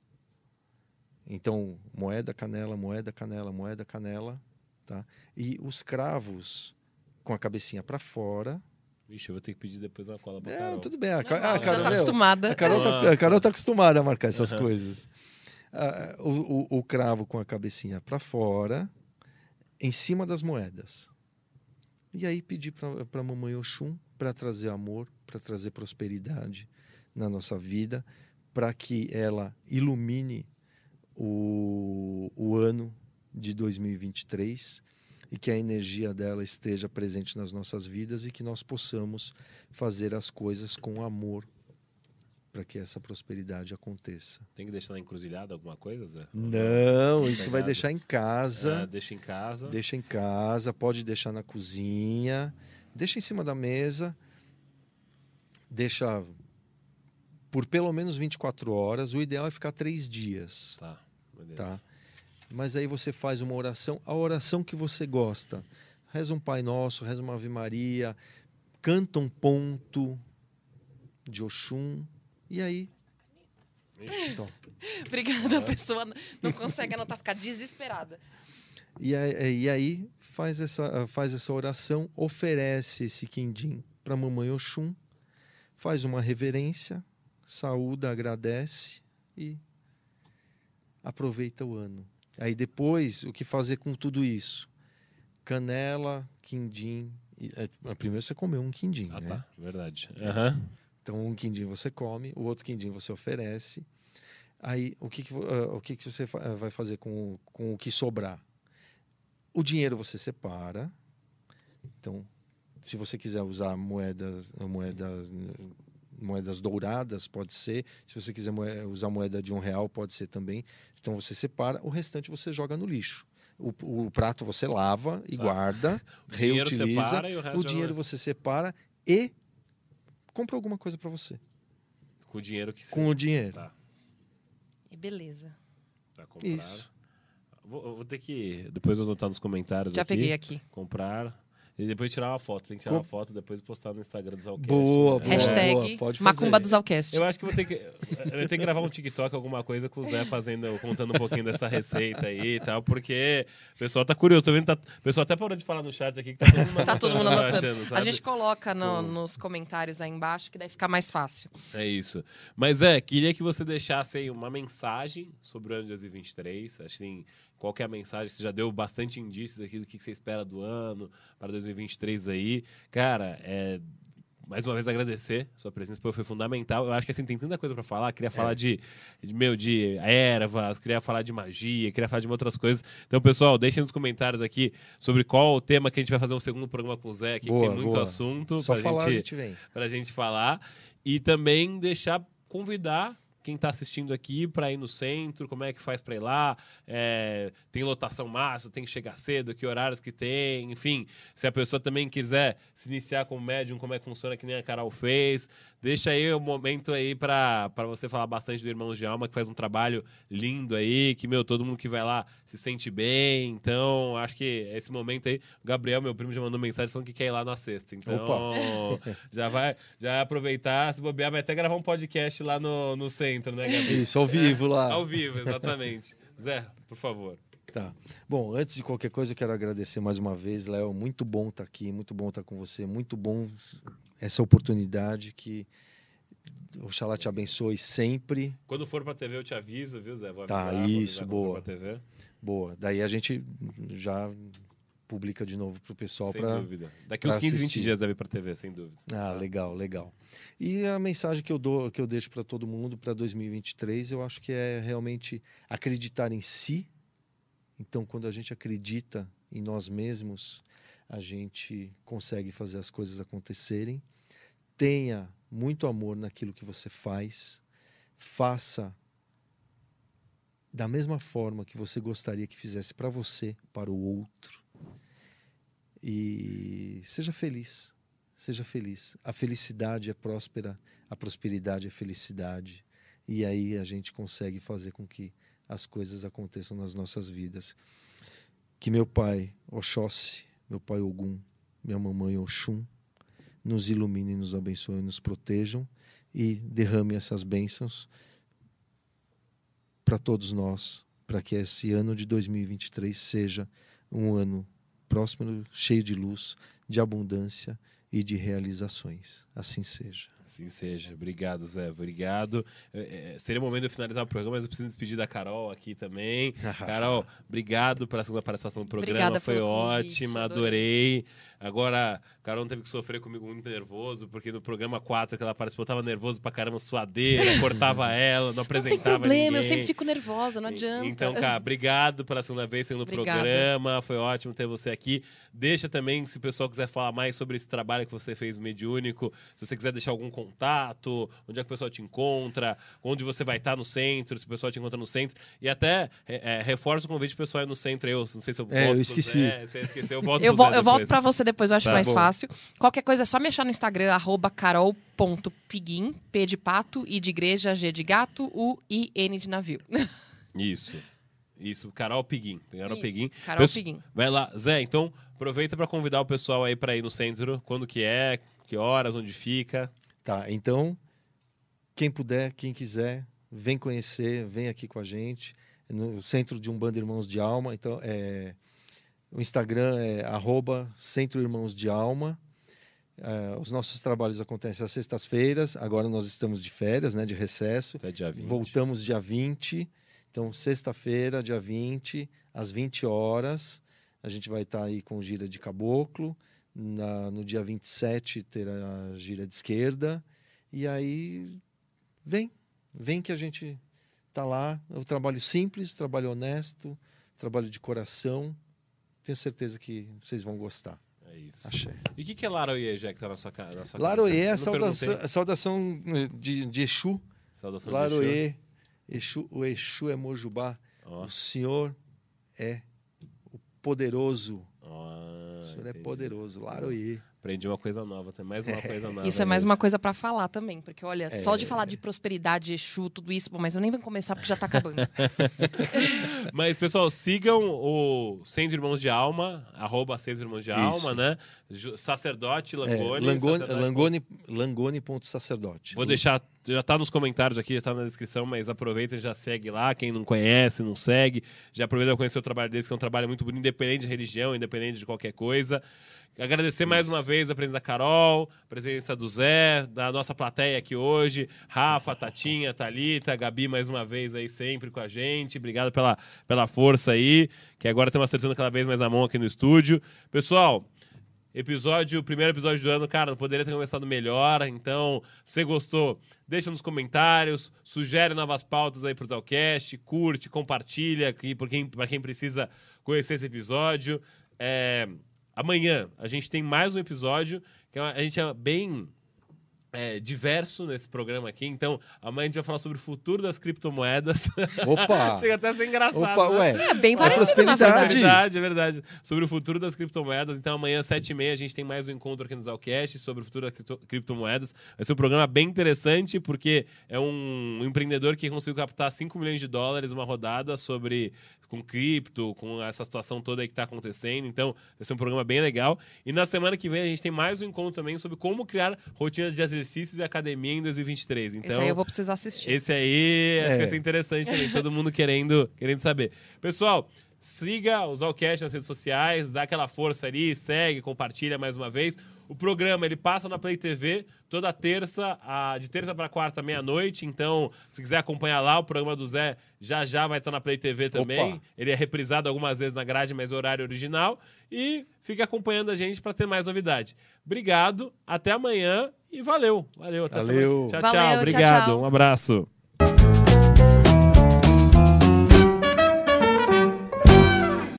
Então, moeda, canela, moeda, canela, moeda, canela, tá? E os cravos com a cabecinha para fora. Vixe, eu vou ter que pedir depois uma cola pra É, Carol. tudo bem. A, Não, Ca- ela a já Carol, tá meu, acostumada. a Carol, tá, a Nossa. Carol tá acostumada a marcar essas Aham. coisas. Ah, o, o- o cravo com a cabecinha para fora, em cima das moedas. E aí pedir para a mamãe Oxum para trazer amor, para trazer prosperidade na nossa vida, para que ela ilumine o, o ano de dois mil e vinte e três e que a energia dela esteja presente nas nossas vidas e que nós possamos fazer as coisas com amor para que essa prosperidade aconteça. Tem que deixar na encruzilhada alguma coisa, Zé? Não, isso vai Sossegado. deixar em casa. Ah, deixa em casa. Deixa em casa, pode deixar na cozinha, deixa em cima da mesa, deixa por pelo menos vinte e quatro horas. O ideal é ficar três dias, Tá, beleza. tá? Mas aí você faz uma oração, a oração que você gosta. Reza um Pai Nosso, reza uma Ave Maria, canta um ponto de Oxum, e aí... Ixi, Então, Obrigada, a pessoa não consegue anotar, ficar desesperada. E aí, e aí faz, essa, faz essa oração, oferece esse quindim para a mamãe Oxum, faz uma reverência, saúda, agradece e aproveita o ano. Aí depois, o que fazer com tudo isso? canela, quindim. E, é, primeiro você comeu um quindim, Ah, né? tá. Verdade. Uhum. Então, um quindim você come, o outro quindim você oferece. Aí, o que, que, uh, o que, que você fa- vai fazer com, com o que sobrar? O dinheiro você separa. Então, se você quiser usar moedas, moedas, moedas douradas, pode ser. Se você quiser moe- usar moeda de um real, pode ser também. Então, você separa. O restante você joga no lixo. O, o prato você lava e Tá. guarda, O dinheiro reutiliza. separa e o resto O joga dinheiro no- você separa e compra alguma coisa para você. Com o dinheiro que Com você... o dinheiro. Tá. E beleza. Tá comprado. Isso. Vou, eu vou ter que... Depois eu anotar nos comentários Já aqui. peguei aqui. Comprar... E depois tirar uma foto. Tem que tirar Com- uma foto e depois postar no Instagram do Zalcast. Boa, né? boa. Hashtag boa, pode fazer. Macumba do Zalcast. Eu acho que vou ter que. Eu vou ter que gravar um TikTok, alguma coisa com o Zé fazendo, contando um pouquinho dessa receita aí e tal, porque o pessoal tá curioso. Tô vendo, tá, o pessoal até parou de falar no chat aqui que tá todo mundo Tá todo mundo anotando. achando, A sabe? gente coloca no- Com- nos comentários aí embaixo, que daí fica mais fácil. É isso. Mas é, queria que você deixasse aí uma mensagem sobre o ano de dois mil e vinte e três. Assim, qual que é a mensagem? Você já deu bastante indícios aqui do que você espera do ano para dois mil e vinte e três aí. Cara, é. Mais uma vez agradecer sua presença, porque foi fundamental. Eu acho que assim, tem tanta coisa para falar. Queria falar de, de, meu, de ervas, queria falar de magia, queria falar de outras coisas. Então, pessoal, deixem nos comentários aqui sobre qual o tema que a gente vai fazer um segundo programa com o Zé aqui, Boa, que tem muito boa. assunto Só pra falar, gente, a gente vem. pra gente falar. E também deixar, convidar quem está assistindo aqui para ir no centro, como é que faz para ir lá, é, tem lotação máxima, tem que chegar cedo, que horários que tem, enfim, se a pessoa também quiser se iniciar como médium, como é que funciona, que nem a Carol fez, deixa aí o momento aí para você falar bastante do Irmãos de Alma, que faz um trabalho lindo aí, que, meu, todo mundo que vai lá se sente bem, então, acho que esse momento aí, o Gabriel, meu primo, já mandou mensagem falando que quer ir lá na sexta, então, já vai, já vai aproveitar, se bobear, vai até gravar um podcast lá no, no centro, né, Gabi? Isso, ao vivo lá. Ao vivo, exatamente. Zé, por favor. Tá. Bom, antes de qualquer coisa, eu quero agradecer mais uma vez, Léo. Muito bom estar aqui, muito bom estar com você, muito bom essa oportunidade que Oxalá te abençoe sempre. Quando for pra T V, eu te aviso, viu, Zé? Vou Tá, avisar, isso, vou boa. avisar quando for pra T V. Boa. Daí a gente já publica de novo pro pessoal Sem para. dúvida. Daqui pra uns quinze, vinte assistir. dias deve ir pra T V, sem dúvida. Ah, legal, legal. E a mensagem que eu dou, que eu deixo para todo mundo para dois mil e vinte e três, eu acho que é realmente acreditar em si. Então, quando a gente acredita em nós mesmos, a gente consegue fazer as coisas acontecerem. Tenha muito amor naquilo que você faz. Faça da mesma forma que você gostaria que fizesse para você, para o outro. E seja feliz. Seja feliz. A felicidade é próspera, a prosperidade é felicidade. E aí a gente consegue fazer com que as coisas aconteçam nas nossas vidas. Que meu pai Oxóssi, meu pai Ogum, minha mamãe Oxum, nos ilumine, nos abençoe, nos protejam e derrame essas bênçãos para todos nós, para que esse ano de dois mil e vinte e três seja um ano próspero, cheio de luz, de abundância e de realizações. Assim seja. Assim seja. Obrigado, Zé. Obrigado. É, é, seria o momento de eu finalizar o programa, mas eu preciso despedir da Carol aqui também. Carol, obrigado pela segunda participação no programa. Obrigada Foi pelo convite, ótima, adorei. adorei. Agora, a Carol não teve que sofrer comigo muito nervoso, porque no programa quatro que ela participou, eu tava nervoso pra caramba, suadeira, cortava ela, não Não apresentava tem problema, ninguém. eu sempre fico nervosa, não adianta. Então, cara, obrigado pela segunda vez sendo no Obrigada. programa. Foi ótimo ter você aqui. Deixa também, se o pessoal quiser falar mais sobre esse trabalho que você fez mediúnico, se você quiser deixar algum contato, onde é que o pessoal te encontra, onde você vai estar no centro, se o pessoal te encontra no centro. E até é, é, reforço o convite pro pessoal ir no centro. Eu não sei se eu volto É, eu pro esqueci. Zé, se eu esqueci, eu volto Eu, pro vo- Zé eu volto depois. pra você depois, eu acho Tá mais bom. fácil. Qualquer coisa é só me achar no Instagram, arroba carol ponto piguim, P de pato, I de igreja, G de gato, U, I, N de navio. Isso. Isso, Carol Piguim. Carol Isso, Piguim. Carol Pesso- Piguim. Vai lá. Zé, então aproveita para convidar o pessoal aí para ir no centro. Quando que é, que horas, onde fica. Tá, então, quem puder, quem quiser, vem conhecer, vem aqui com a gente, no Centro de Umbanda Irmãos de Alma. Então, é, o Instagram é arroba Centro Irmãos de Alma. É, os nossos trabalhos acontecem às sextas-feiras, agora nós estamos de férias, né, de recesso. Até dia vinte. Voltamos dia vinte, então sexta-feira, dia vinte, às vinte horas. a gente vai estar aí com gira de caboclo. Na, no dia vinte e sete terá a gira de esquerda. E aí, vem. Vem que a gente tá lá. É um trabalho simples, trabalho honesto, trabalho de coração. Tenho certeza que vocês vão gostar. É isso. Achei. E o que, que é Laroie, já que tá na sua cara? Laroie é a saudação, a saudação de, de Exu. Saudação Laroie, Exu, o Exu é Mojubá. Oh. O Senhor é o poderoso. Oh, o Senhor entendi. é poderoso. Laroie. Aprendi uma coisa nova, tem mais uma coisa nova. Isso é mais uma coisa pra falar também, porque olha, É. só de falar de prosperidade, Exu, tudo isso, bom, mas eu nem vou começar porque já tá acabando. Mas, pessoal, sigam o Centro Irmãos de Alma, arroba Centro Irmãos de Isso. Alma, né? Ju- Sacerdote, É, Langoni. Langoni, sacerdote- Langoni, Langoni ponto sacerdote. Vou deixar, já tá nos comentários aqui, já tá na descrição, mas aproveita e já segue lá. Quem não conhece, não segue, já aproveita para conhecer o trabalho deles, que é um trabalho muito bonito, independente de religião, independente de qualquer coisa. Agradecer mais uma vez a presença da Carol, a presença do Zé, da nossa plateia aqui hoje, Rafa, Tatinha, Thalita, Gabi mais uma vez aí sempre com a gente. Obrigado pela, pela força aí, que agora estamos acertando cada vez mais a mão aqui no estúdio. Pessoal, episódio, primeiro episódio do ano, cara, não poderia ter começado melhor. Então, se você gostou, deixa nos comentários, sugere novas pautas aí pro Zalcast, curte, compartilha aqui para quem, pra quem precisa conhecer esse episódio. É... Amanhã a gente tem mais um episódio, que é uma- a gente é bem é, diverso nesse programa aqui. Então, amanhã a gente vai falar sobre o futuro das criptomoedas. Opa! Chega até a ser engraçado. Opa, né? ué. É bem A parecido, na É prosperidade. verdade. verdade, é verdade. Sobre o futuro das criptomoedas. Então, amanhã, às sete e meia, a gente tem mais um encontro aqui no Zalcast sobre o futuro das cripto- criptomoedas. Vai ser um programa bem interessante, porque é um empreendedor que conseguiu captar cinco milhões de dólares numa rodada sobre com cripto, com essa situação toda aí que está acontecendo. Então, vai ser um programa bem legal. E na semana que vem, a gente tem mais um encontro também sobre como criar rotinas de exercícios e academia em dois mil e vinte e três. Então, Esse aí eu vou precisar assistir. esse aí acho É. que vai ser interessante também, todo mundo querendo, querendo saber. Pessoal, siga o Zalcast nas redes sociais, dá aquela força ali, segue, compartilha mais uma vez. O programa, ele passa na Play T V toda terça, a- de terça para quarta, meia-noite. Então, se quiser acompanhar lá, o programa do Zé já já vai estar na Play T V também. Opa. Ele é reprisado algumas vezes na grade, mas é horário original. E fica acompanhando a gente para ter mais novidade. Obrigado, até amanhã e valeu. Valeu, até Valeu. semana. Tchau, Valeu, tchau. tchau, Obrigado, tchau. um abraço.